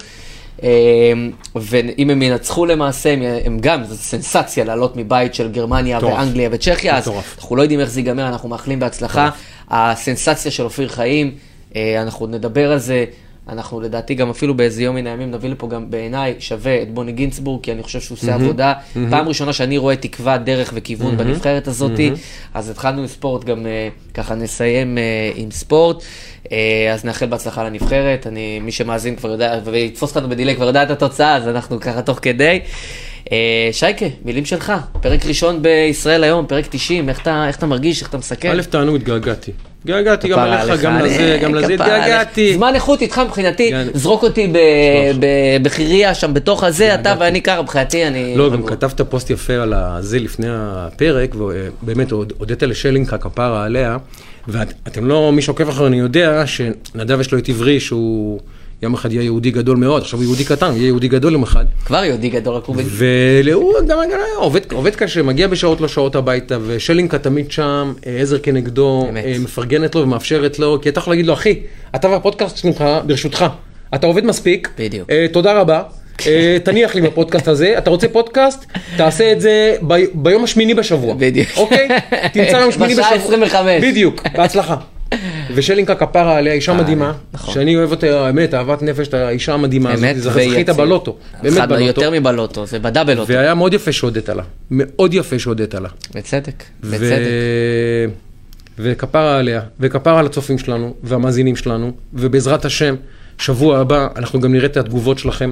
Speaker 2: ואם הם ינצחו למעשה, הם גם, זו סנסציה לעלות מבית של גרמניה ואנגליה וצ'כיה, אז אנחנו לא יודעים איך זה ייגמר, אנחנו מאחלים בהצלחה. הסנסציה של אופיר חיים, אנחנו נדבר על זה, אנחנו לדעתי גם אפילו באיזה יום מן הימים נביא לפה גם בעיניי שווה את בוני גינצבורג, כי אני חושב שהוא עושה עבודה. פעם ראשונה שאני רואה תקווה, דרך וכיוון בנבחרת הזאת, אז התחלנו עם ספורט, גם ככה נסיים עם ספורט, אז נאחל בהצלחה לנבחרת, אני, מי שמאזין כבר יודע, ויתפוס אותנו בדילי כבר יודע את התוצאה, אז אנחנו ככה תוך כדי. שייקה, מילים שלך, פרק ראשון בישראל היום, פרק תשעים, איך אתה, איך אתה מרגיש, איך אתה מסכם?
Speaker 3: א' תענו, התגעגעתי. התגעגעתי גם עליך, גם לזה, גם לזה, התגעגעתי.
Speaker 2: זמן איכות איתך מבחינתי, זרוק אותי בחירייה שם בתוך הזה, אתה ואני ככה מבחינתי, אני...
Speaker 3: לא, גם כתבת פוסט יפה על זה לפני הפרק, ובאמת הודית לשלינקה כפרה עליה, ואתם לא, מי שעוקב אחר, אני יודע שנדב יש לו את עברי שהוא... יום אחד יהיה יהודי גדול מאוד, עכשיו הוא יהודי קטן, יהיה יהודי גדול יום אחד.
Speaker 2: כבר יהודי גדול, רק הוא בגיל.
Speaker 3: והוא גם עובד, עובד קשה, מגיע בשעות לשעות הביתה, ושלינקה תמיד שם, עזר כנגדו, מפרגנת לו ומאפשרת לו, כי אתה יכול להגיד לו, אחי, אתה והפודקאסט שלך, ברשותך, אתה עובד מספיק,
Speaker 2: בדיוק.
Speaker 3: תודה רבה, תניח לי בפודקאסט הזה, אתה רוצה פודקאסט, תעשה את זה ביום השמיני בשבוע.
Speaker 2: בדיוק.
Speaker 3: אוקיי? תמצא יום השמיני בשבוע.
Speaker 2: בשעה עשרים וחמש.
Speaker 3: בדיוק, בהצלחה. ושלינקה כפרה עליה, אישה מדהימה, שאני אוהב אותה, האמת, אהבת נפש, את האישה המדהימה הזאת, זכית בלוטו, באמת בלוטו.
Speaker 2: יותר מבלוטו, זה בדאבלוטו.
Speaker 3: והיה מאוד יפה שהודית עלה, מאוד יפה שהודית עלה.
Speaker 2: בצדק, בצדק.
Speaker 3: וכפרה עליה, וכפרה על הצופים שלנו, והמאזינים שלנו, ובעזרת השם, שבוע הבא, אנחנו גם נראה את התגובות שלכם,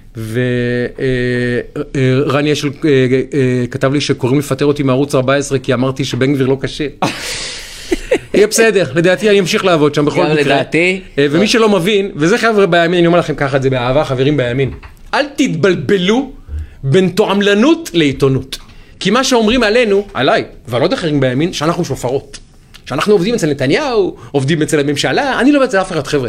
Speaker 3: ורני אשל כתב לי שקוראים לפטר אותי מערוץ ארבע עשרה, כי אמרתי שבן גביר לא קשה. יהיה בסדר, לדעתי אני אמשיך לעבוד שם בכל מקרה.
Speaker 2: לדעתי.
Speaker 3: ומי שלא מבין, וזה חבר'ה בימין, אני אומר לכם ככה את זה באהבה, חברים בימין. אל תתבלבלו בין תועמלנות לעיתונות. כי מה שאומרים עלינו, עליי, ועל עוד אחרים בימין, שאנחנו שופרות. שאנחנו עובדים אצל נתניהו, עובדים אצל הממשלה, אני לא אצל אף אחד חבר'ה.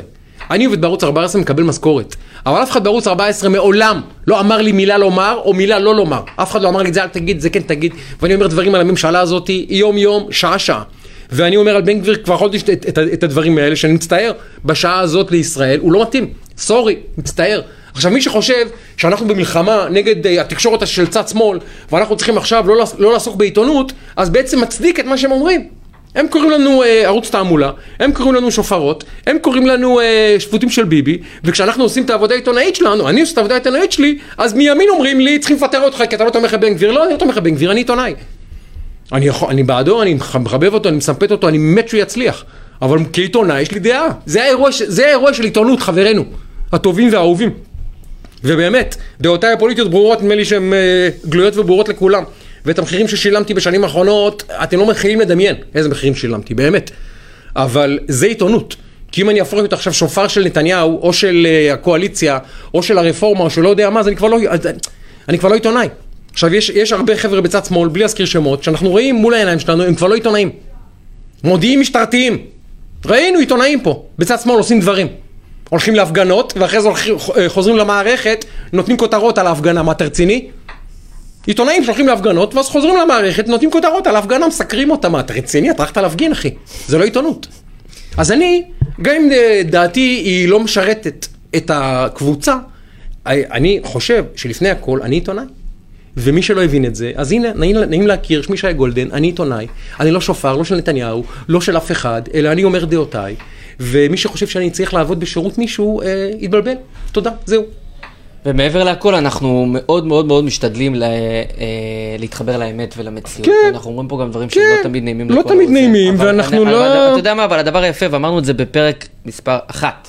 Speaker 3: אני עובד בערוץ ארבע עשרה מקבל משכורת, אבל אף אחד בערוץ ארבע עשרה מעולם לא אמר לי מילה לומר או מילה לא לומר. אף אחד לא אמר לי את זה, אל תגיד, זה כן תגיד. ואני אומר דברים על הממשלה הזאת יום יום, שעה שעה. ואני אומר על בן גביר כבר חודש את, את, את, את הדברים האלה, שאני מצטער בשעה הזאת לישראל, הוא לא מתאים. סורי, מצטער. עכשיו מי שחושב שאנחנו במלחמה נגד uh, התקשורת של צד שמאל, ואנחנו צריכים עכשיו לא, לא לעסוק בעיתונות, אז בעצם מצדיק את מה שהם אומרים. הם קוראים לנו uh, ערוץ תעמולה, הם קוראים לנו שופרות, הם קוראים לנו uh, שפוטים של ביבי, וכשאנחנו עושים את העבודה העיתונאית שלנו, אני עושה את העבודה העיתונאית שלי, אז מימין אומרים לי, צריכים לפטר אותך, כי אתה לא תומך בבן גביר. לא, אני לא תומך בבן גביר, אני עיתונאי. אני, יכול, אני בעדו, אני מחבב אותו, אני מסמפת אותו, אני מת שהוא יצליח. אבל כעיתונאי יש לי דעה. זה האירוע, זה האירוע של עיתונות, חברינו, הטובים והאהובים. ובאמת, דעותיי הפוליטיות ברורות, נדמה לי שהן uh, גלויות וברורות לכולם. ואת המחירים ששילמתי בשנים האחרונות, אתם לא מתחילים לדמיין איזה מחירים שילמתי, באמת. אבל זה עיתונות. כי אם אני אפרוק אותו עכשיו שופר של נתניהו, או של uh, הקואליציה, או של הרפורמה, או שלא יודע מה, אז אני כבר לא, אני כבר לא עיתונאי. עכשיו, יש, יש הרבה חבר'ה בצד שמאל, בלי להזכיר שמות, שאנחנו רואים מול העיניים שלנו, הם כבר לא עיתונאים. מודיעים משטרתיים. ראינו עיתונאים פה, בצד שמאל עושים דברים. הולכים להפגנות, ואחרי זה הולכים, חוזרים למערכת, נותנים כותרות על ההפגנה. מה תרציני? עיתונאים שהולכים להפגנות, ואז חוזרים למערכת, נותנים כותרות על ההפגנה, מסקרים אותה. מה תרציני? את הלכת להפגין, אחי. זה לא עיתונות. אז אני, גם אם דעתי היא לא משרתת את הקבוצה, אני חושב שלפני הכל אני עיתונאי. ומי שלא הבין את זה, אז הנה, נעים, נעים להכיר, שמי שי גולדן, אני עיתונאי, אני לא שופר, לא של נתניהו, לא של אף אחד, אלא אני אומר דעותיי, ומי שחושב שאני צריך לעבוד בשירות מישהו, אה, יתבלבל. תודה, זהו.
Speaker 2: ומעבר להכל, אנחנו מאוד מאוד מאוד משתדלים לה, אה, להתחבר לאמת ולמציאות.
Speaker 3: כן.
Speaker 2: אנחנו אומרים פה גם דברים
Speaker 3: כן.
Speaker 2: שלא תמיד נעימים.
Speaker 3: לא תמיד נעימים,
Speaker 2: אבל,
Speaker 3: ואנחנו
Speaker 2: אני,
Speaker 3: לא...
Speaker 2: אבל, אתה יודע מה, אבל הדבר היפה, ואמרנו את זה בפרק מספר אחת,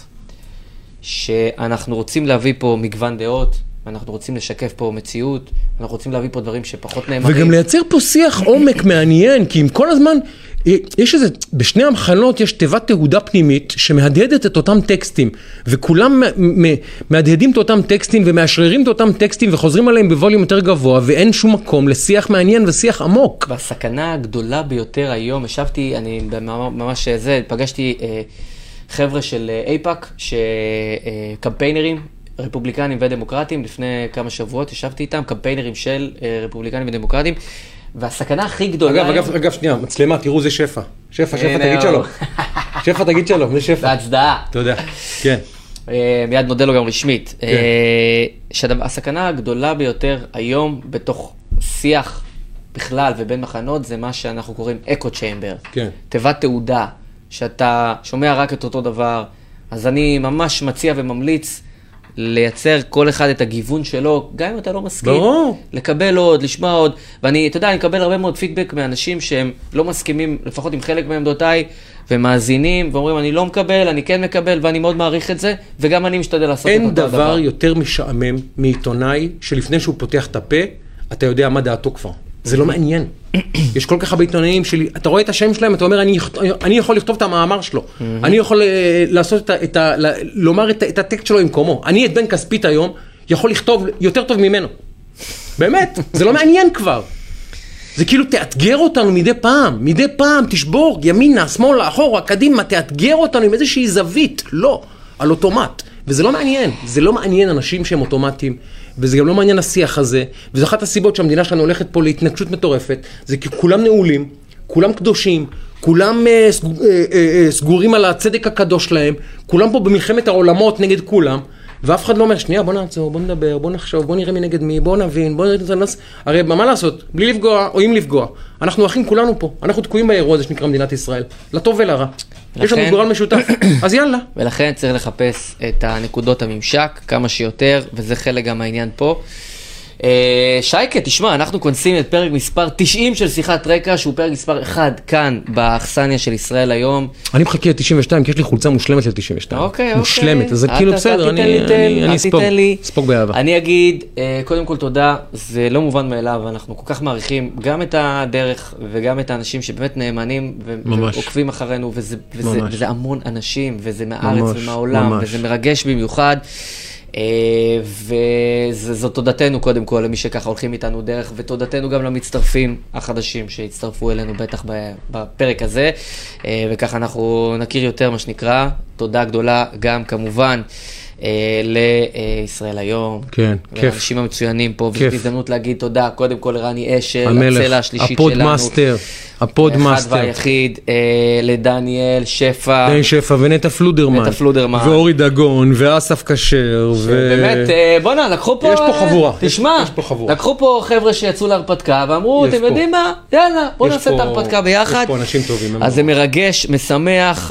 Speaker 2: שאנחנו רוצים להביא פה מגוון דעות, אנחנו רוצים לשקף פה מציאות, אנחנו רוצים להביא פה דברים שפחות נאמרים.
Speaker 3: וגם לייצר פה שיח עומק מעניין, כי אם כל הזמן, יש איזה, בשני המחנות יש תיבת תהודה פנימית שמהדהדת את אותם טקסטים, וכולם מהדהדים את אותם טקסטים ומאשררים את אותם טקסטים וחוזרים עליהם בווליום יותר גבוה, ואין שום מקום לשיח מעניין ושיח עמוק.
Speaker 2: והסכנה הגדולה ביותר היום, ישבתי, אני ממש זה, פגשתי אה, חבר'ה של אייפאק, שקמפיינרים, רפובליקנים ודמוקרטים, לפני כמה שבועות ישבתי איתם, קמפיינרים של רפובליקנים ודמוקרטים, והסכנה הכי גדולה...
Speaker 3: אגב, אגב, אגב, שנייה, מצלמה, תראו, זה שפע. שפע, שפע, תגיד שלום. שפע, תגיד שלום, זה שפע.
Speaker 2: בהצדעה.
Speaker 3: תודה, כן.
Speaker 2: מיד נודה לו גם רשמית. שהסכנה הגדולה ביותר היום בתוך שיח בכלל ובין מחנות, זה מה שאנחנו קוראים אקו צ'יימבר.
Speaker 3: כן.
Speaker 2: תיבת תעודה, שאתה שומע רק את אותו דבר, אז אני ממש מציע וממליץ לייצר כל אחד את הגיוון שלו, גם אם אתה לא מסכים,
Speaker 3: ברור.
Speaker 2: לקבל עוד, לשמוע עוד, ואני, אתה יודע, אני מקבל הרבה מאוד פידבק מאנשים שהם לא מסכימים, לפחות עם חלק מעמדותיי, ומאזינים, ואומרים, אני לא מקבל, אני כן מקבל, ואני מאוד מעריך את זה, וגם אני משתדל לעשות את אותו דבר.
Speaker 3: אין דבר יותר משעמם מעיתונאי, שלפני שהוא פותח את הפה, אתה יודע מה דעתו כבר. זה לא מעניין. יש כל כך הרבה עיתונאים שלי, אתה רואה את השם שלהם, אתה אומר, אני, אני יכול לכתוב את המאמר שלו, אני יכול לעשות את ה, את ה, לומר את, את הטקסט שלו במקומו. אני את בן כספית היום יכול לכתוב יותר טוב ממנו. באמת, זה לא מעניין כבר. זה כאילו תאתגר אותנו מדי פעם, מדי פעם תשבור, ימינה, שמאלה, אחורה, קדימה, תאתגר אותנו עם איזושהי זווית, לא, על אוטומט. וזה לא מעניין, זה לא מעניין אנשים שהם אוטומטיים, וזה גם לא מעניין השיח הזה, וזו אחת הסיבות שהמדינה שלנו הולכת פה להתנגשות מטורפת, זה כי כולם נעולים, כולם קדושים, כולם uh, סגור, uh, uh, סגורים על הצדק הקדוש שלהם, כולם פה במלחמת העולמות נגד כולם, ואף אחד לא אומר, שנייה, בוא נעצור, בוא נדבר, בוא נחשוב, בוא נראה מי נגד מי, בוא נבין, בוא נראה, הרי מה לעשות? בלי לפגוע או אם לפגוע. אנחנו אחים כולנו פה, אנחנו תקועים באירוע הזה שנקרא מדינת ישראל, לטוב ולרע. יש לנו גורל משותף, אז יאללה.
Speaker 2: ולכן צריך לחפש את הנקודות הממשק כמה שיותר, וזה חלק גם העניין פה. שייקה, תשמע, אנחנו כונסים את פרק מספר תשעים של שיחת רקע, שהוא פרק מספר אחד כאן באכסניה של ישראל היום.
Speaker 3: אני מחכה ל-תשעים ושתיים, כי יש לי חולצה מושלמת של תשעים ושתיים.
Speaker 2: אוקיי, אוקיי.
Speaker 3: מושלמת, אז זה כאילו בסדר, אני אספוג, אספוג באהבה.
Speaker 2: אני אגיד, קודם כל תודה, זה לא מובן מאליו, אנחנו כל כך מעריכים גם את הדרך וגם את האנשים שבאמת נאמנים ועוקבים אחרינו, וזה המון אנשים, וזה מהארץ ומהעולם, וזה מרגש במיוחד. וזאת תודתנו קודם כל למי שככה הולכים איתנו דרך, ותודתנו גם למצטרפים החדשים שהצטרפו אלינו בטח בפרק הזה, וככה אנחנו נכיר יותר מה שנקרא. תודה גדולה גם כמובן לישראל היום,
Speaker 3: כן, כיף.
Speaker 2: לאנשים המצוינים פה, וזאת הזדמנות להגיד תודה קודם כל לרני אשל,
Speaker 3: המלך,
Speaker 2: הצלע השלישית
Speaker 3: הפוד
Speaker 2: שלנו,
Speaker 3: מאסטר, הפוד מאסטר,
Speaker 2: אחד והיחיד, לדניאל שפע,
Speaker 3: דניאל שפע ונטע פלודרמן,
Speaker 2: נטע פלודרמן,
Speaker 3: ואורי דגון, ואסף כשר,
Speaker 2: באמת, בוא'נה, לקחו פה,
Speaker 3: יש פה חבורה,
Speaker 2: תשמע,
Speaker 3: יש פה חבורה.
Speaker 2: לקחו פה חבר'ה שיצאו להרפתקה, ואמרו, אתם יודעים מה, יאללה, בואו נעשה את ההרפתקה ביחד,
Speaker 3: יש פה אנשים טובים,
Speaker 2: אז זה מרגש, משמח,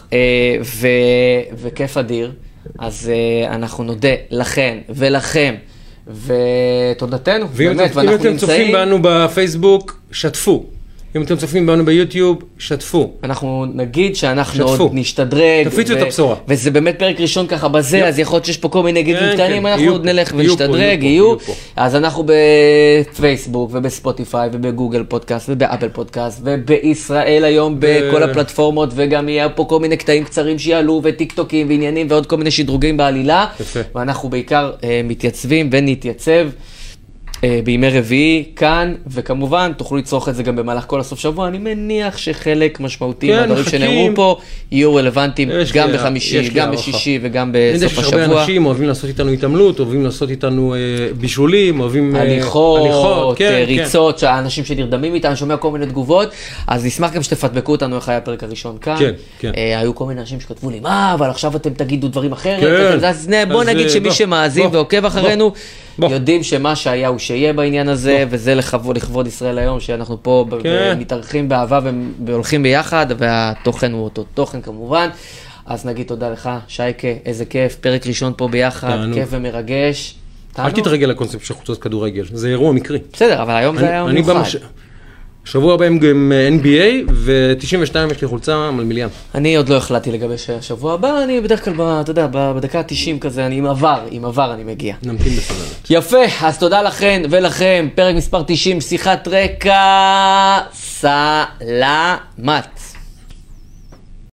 Speaker 2: וכיף אדיר. אז uh, אנחנו נודה לכן ולכם, ותודתנו, באמת, ואנחנו נמצאים... אם אתם צופים
Speaker 3: בנו בפייסבוק, שתפו. אם אתם צופים בנו ביוטיוב, שתפו.
Speaker 2: אנחנו נגיד שאנחנו
Speaker 3: שתפו.
Speaker 2: עוד נשתדרג.
Speaker 3: תפיצו ו... את הבשורה.
Speaker 2: וזה באמת פרק ראשון ככה בזה, יופ. אז יכול להיות שיש פה כל מיני גידים כן, קטנים, כן. אנחנו עוד נלך ונשתדרג, יהיו. יהיו. אז אנחנו בפייסבוק ובספוטיפיי ובגוגל פודקאסט ובאפל פודקאסט ובישראל היום בכל הפלטפורמות, וגם יהיה פה כל מיני קטעים קצרים שיעלו וטיק טוקים ועניינים ועוד כל מיני שדרוגים בעלילה. יפה. ואנחנו בעיקר uh, מתייצבים ונתייצב. בימי רביעי, כאן, וכמובן, תוכלו לצרוך את זה גם במהלך כל הסוף שבוע. אני מניח שחלק משמעותי כן, מהדברים שנאמרו פה, יהיו רלוונטיים גם לי, בחמישי, גם בשישי וגם בסוף השבוע. אני יודע שהרבה אנשים
Speaker 3: אוהבים לעשות איתנו התעמלות, אוהבים לעשות איתנו אה, בישולים, אוהבים...
Speaker 2: הליכות, אה, הליכות כן, ריצות, כן. האנשים שנרדמים איתנו, שומע כל מיני תגובות, אז נשמח גם שתפתבקו אותנו איך היה הפרק הראשון כאן. כן, כן. אה, היו כל מיני אנשים שכתבו לי, מה, אבל עכשיו אתם תגידו דברים אחרת. כן. אז בוא נגיד שמי שמאזין ועוקב אחרינו, יודעים שמה שהיה הוא שיהיה בעניין הזה, וזה לכבוד, לכבוד ישראל היום, שאנחנו פה מתארחים באהבה והולכים ביחד, והתוכן הוא אותו תוכן כמובן. אז נגיד תודה לך, שייקה, איזה כיף, פרק ראשון פה ביחד, כיף ומרגש.
Speaker 3: אל תתרגל לקונספט של חוצות כדורגל, זה אירוע מקרי.
Speaker 2: בסדר, אבל היום זה היה מיוחד.
Speaker 3: שבוע הבא עם אן בי איי, ו-תשעים ושתיים יש לי חולצה מלמיליאן.
Speaker 2: אני עוד לא החלטתי לגבי שבוע הבא, אני בדרך כלל, אתה יודע, בדקה ה-תשעים כזה, אני עם עבר, עם עבר אני מגיע.
Speaker 3: נמתין בסבלנות.
Speaker 2: יפה, אז תודה לכן ולכם, פרק מספר תשעים, שיחת רקע, סלמת.